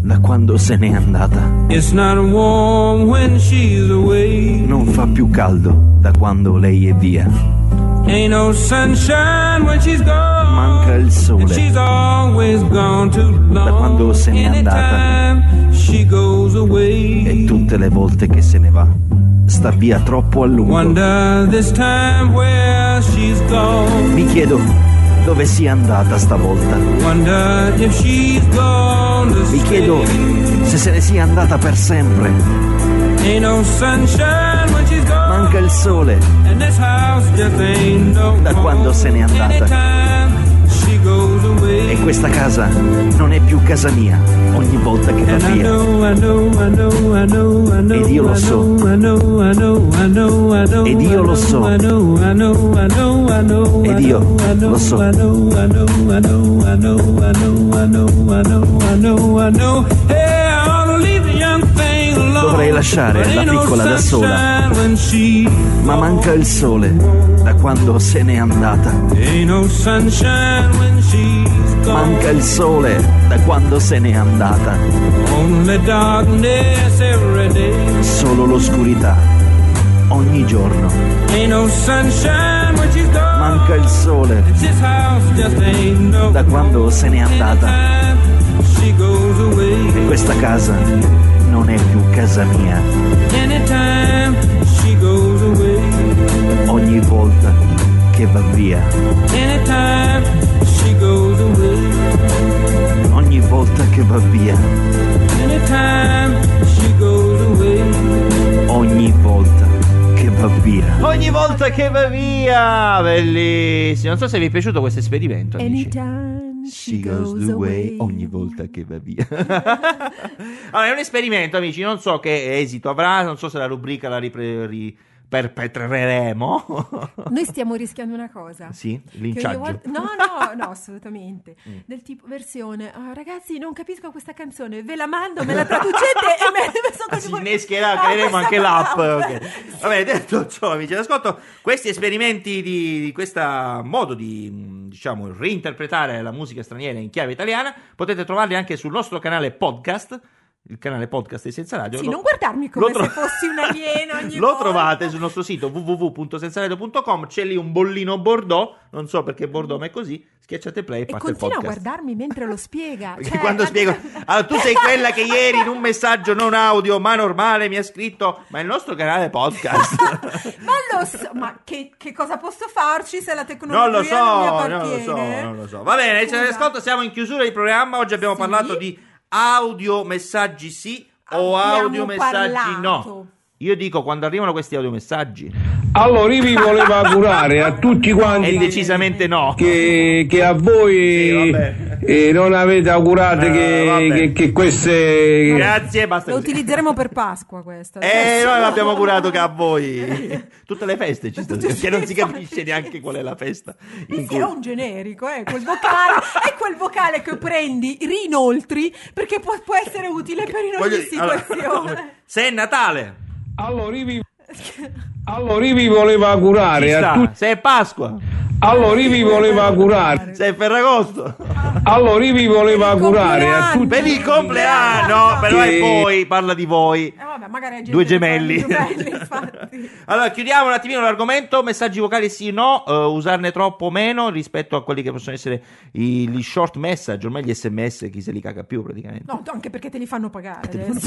da quando se n'è andata. It's not warm when she's away. Non fa più caldo da quando lei è via. Ain't no sunshine when she's gone. Manca il sole. And she's always gone too long. Da quando se n'è andata. Anytime she goes away. E tutte le volte che se ne va, sta via troppo a lungo. Wonder this time where she's gone. Mi chiedo dove sia andata stavolta. Wonder if she's gone to Mi chiedo se se ne sia andata per sempre. Ain't no sunshine when she's gone. Manca il sole. And this house just ain't no da quando se n'è andata. Anytime she goes away. E questa casa non è più casa mia ogni volta che va And I via. know, I know, I know, I know, I know, Ed io lo so. I know, I know, I know, I know, Ed io lo so. I know, I know, I know, I know, Ed io lo so. I know, I know, I know, I know, I know, I know, I know, I know, I know. Hey, I ought to leave the young thing alone. Dovrei lasciare la piccola da sola, ma manca il sole da quando se n'è andata. Manca il sole da quando se n'è andata. Solo l'oscurità ogni giorno. Manca il sole da quando se n'è andata. E questa casa non è più casa mia. Ogni volta che va via. Ogni volta che va via. Ogni volta che va via. Ogni volta che va via. Bellissimo. Non so se vi è piaciuto questo esperimento, amici. Anytime She goes away. Ogni volta che va via. Allora, è un esperimento, amici. Non so che esito avrà. Non so se la rubrica la ripre- ri- perpetreremo. Noi stiamo rischiando una cosa. Sì, Che linciaggio. ogni volta- No, no, no, assolutamente. Mm. Del tipo versione, "Ah, ragazzi, non capisco questa canzone, ve la mando, me la traducete e me ne so Ah, così. si innescherà, Ah, creeremo questa anche l'app. l'app. Ok. Vabbè, detto ciò, amici d'ascolto, questi esperimenti di, di questo modo di, mh, diciamo, reinterpretare la musica straniera in chiave italiana potete trovarli anche sul nostro canale podcast. Il canale podcast di Senza Radio. Sì, Lo- non guardarmi come lo tro- se fossi un alieno ogni Lo volta. trovate sul nostro sito w w w punto senzaradio punto com. C'è lì un bollino Bordeaux. Non so perché Bordeaux, ma è così. Schiacciate play e, E parte il continua a podcast. guardarmi mentre lo spiega. Perché Cioè, quando la- spiego, allora tu sei quella che ieri in un messaggio non audio ma normale mi ha scritto: ma il nostro canale podcast. Ma lo so, ma che, che cosa posso farci se la tecnologia Non lo so, non mi non lo appartiene? so, non lo so. Va bene, Scusa. ascolta, siamo in chiusura di programma. Oggi abbiamo Sì. parlato di audio messaggi sì o Abbiamo audio messaggi parlato. no. Io dico, quando arrivano questi audiomessaggi, Allora io vi volevo augurare a tutti è quanti decisamente no. che, che a voi Sì, vabbè. eh, non avete augurato Eh, che, vabbè. che, che queste Grazie, basta Lo così. utilizzeremo per Pasqua questo. Eh, noi l'abbiamo augurato che a voi. Tutte le feste ci stanno, perché non si capisce neanche qual è la festa. in Sì, cui- è un generico, eh, quel vocale, è quel vocale che prendi, rinoltri, perché può, può essere utile per in Voglio ogni dire, allora, situazione. se è Natale, allora io vi, allora io vi volevo augurare ci a sta. tutti Se è Pasqua, allora io vi volevo augurare se è Ferragosto, allora io vi volevo augurare a tutti per il compleanno, però Che- è voi, parla di voi. Eh, vabbè, magari è gente Due che fa gemelli. i gemelli, infatti. Allora, chiudiamo un attimino l'argomento. Messaggi vocali sì, no, eh, usarne troppo o meno rispetto a quelli che possono essere i, gli short message, ormai gli sms, chi se li caga più praticamente. No, anche perché te li fanno pagare adesso.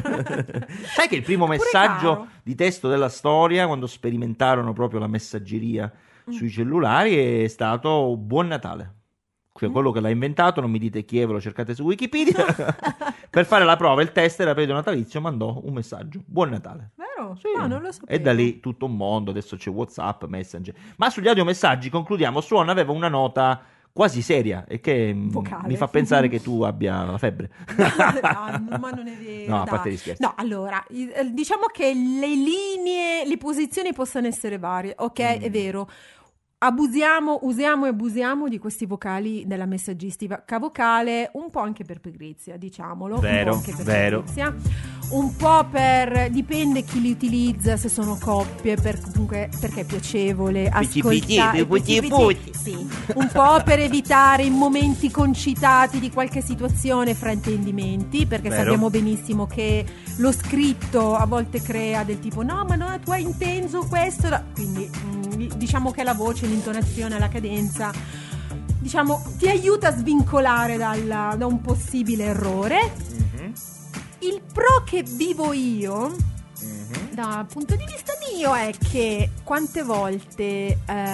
Sai che il primo Pure messaggio caro. di testo della storia, quando sperimentarono proprio la messaggeria Mm. sui cellulari, è stato Buon Natale. Cioè, quello che l'ha inventato, non mi dite chi è, ve lo cercate su Wikipedia. Per fare la prova, il tester, a periodo natalizio, mandò un messaggio: Buon Natale. Vero? No, non lo sapevo. E da lì tutto un mondo, adesso c'è WhatsApp, Messenger. Ma sugli audiomessaggi, concludiamo, Suon aveva una nota quasi seria e che mh, Vocale. mi fa pensare che tu abbia la febbre. No, ma non è vero. No, a dai. parte gli scherzi. No, allora, i- eh, diciamo che le linee, le posizioni possono essere varie, ok? Mm. È vero. abusiamo, usiamo e abusiamo di questi vocali della messaggistica vocale, un po' anche per pigrizia, diciamolo. Vero, un po' anche per vero. pigrizia, un po' per, dipende chi li utilizza, se sono coppie, per, comunque, perché è piacevole Picci, ascoltare. picci, picci, picci, picci, sì. Un po' per evitare i momenti concitati di qualche situazione fra intendimenti, perché Vero. sappiamo benissimo che lo scritto a volte crea del tipo no ma no tu hai inteso questo, quindi mh, diciamo che la voce, l'intonazione, la cadenza, diciamo, ti aiuta a svincolare dal, da un possibile errore. Mm-hmm. Il pro che vivo io, mm-hmm, dal punto di vista mio, è che quante volte eh,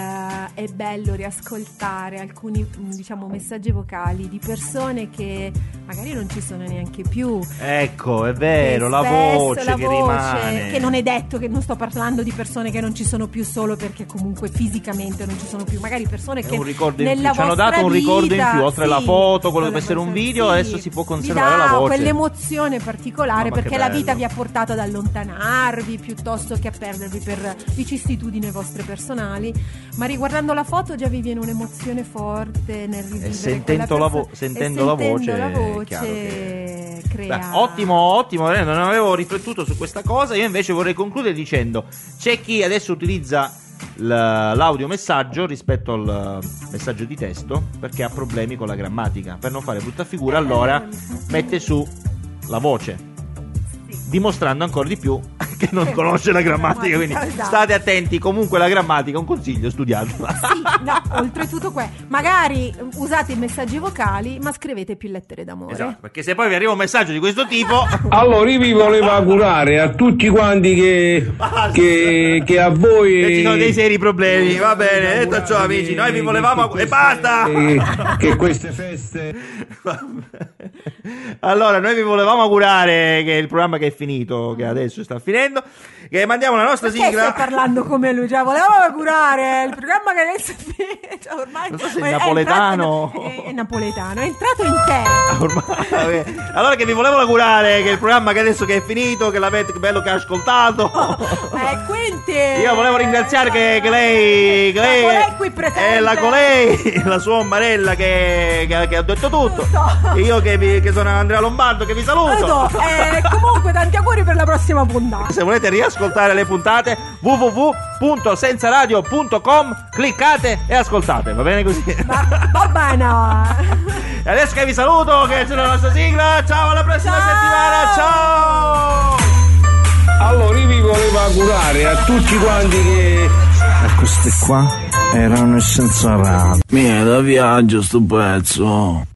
è bello riascoltare alcuni, diciamo, messaggi vocali di persone che magari non ci sono neanche più. Ecco, è vero, Che la spesso voce la che voce, rimane. che non è detto, che non sto parlando di persone che non ci sono più solo perché comunque fisicamente non ci sono più, magari persone È che un ricordo in nella più. Ci hanno vostra dato un ricordo in vita, più, oltre sì, alla foto, quello che con può essere un vostra- video, sì, adesso si può vi conservare dà la voce. quell'emozione particolare, Mamma, perché che la bello. vita vi ha portato ad allontanarvi piuttosto che a perdervi per vicissitudini vostre personali, ma riguardando la foto già vi viene un'emozione forte nel rivivere E sentendo quella la, vo- perso- sentendo e la sentendo voce, la è voce chiaro che- crea. Beh, ottimo, ottimo, eh, non avevo riflettuto su questa cosa. Io invece vorrei concludere dicendo: c'è chi adesso utilizza l- l'audiomessaggio rispetto al messaggio di testo perché ha problemi con la grammatica, per non fare brutta figura, allora mette su la voce, dimostrando ancora di più che non conosce la grammatica, quindi Esatto. state attenti. Comunque la grammatica è un consiglio, studiatela. Sì, no, oltretutto que- magari usate i messaggi vocali ma scrivete più lettere d'amore. Esatto, perché se poi vi arriva un messaggio di questo tipo, Allora io vi volevo augurare a tutti quanti che, che, che a voi che ci sono dei seri problemi. Va bene, detto ciò, amici, noi vi volevamo augurare e basta. che, che queste feste Allora, noi vi volevamo augurare che il programma che è finito, che adesso sta finendo, che mandiamo la nostra Perché sigla. stai parlando come lui? Cioè, volevo augurare il programma che adesso è finito. Cioè, ormai Non so se è è napoletano. entrato- è, è napoletano, è entrato in te. Ormai- ok. Allora che vi volevo augurare che il programma che adesso che è finito, che l'avete che bello che ha ascoltato. Eh, quindi Io volevo ringraziare che, che lei, che La lei colei qui presente. è la colei, la sua ombrella che, che, che ha detto tutto. Io che, vi, che sono Andrea Lombardo che vi saluto. Eh, comunque tanti auguri per la prossima puntata. Se volete riascoltare le puntate w w w punto senza radio punto com, cliccate e ascoltate, va bene così? Va bene. E adesso che vi saluto, che c'è la nostra sigla, ciao alla prossima settimana, ciao! allora io vi volevo augurare a tutti quanti che E queste qua erano senza radio. Mia, da viaggio sto pezzo.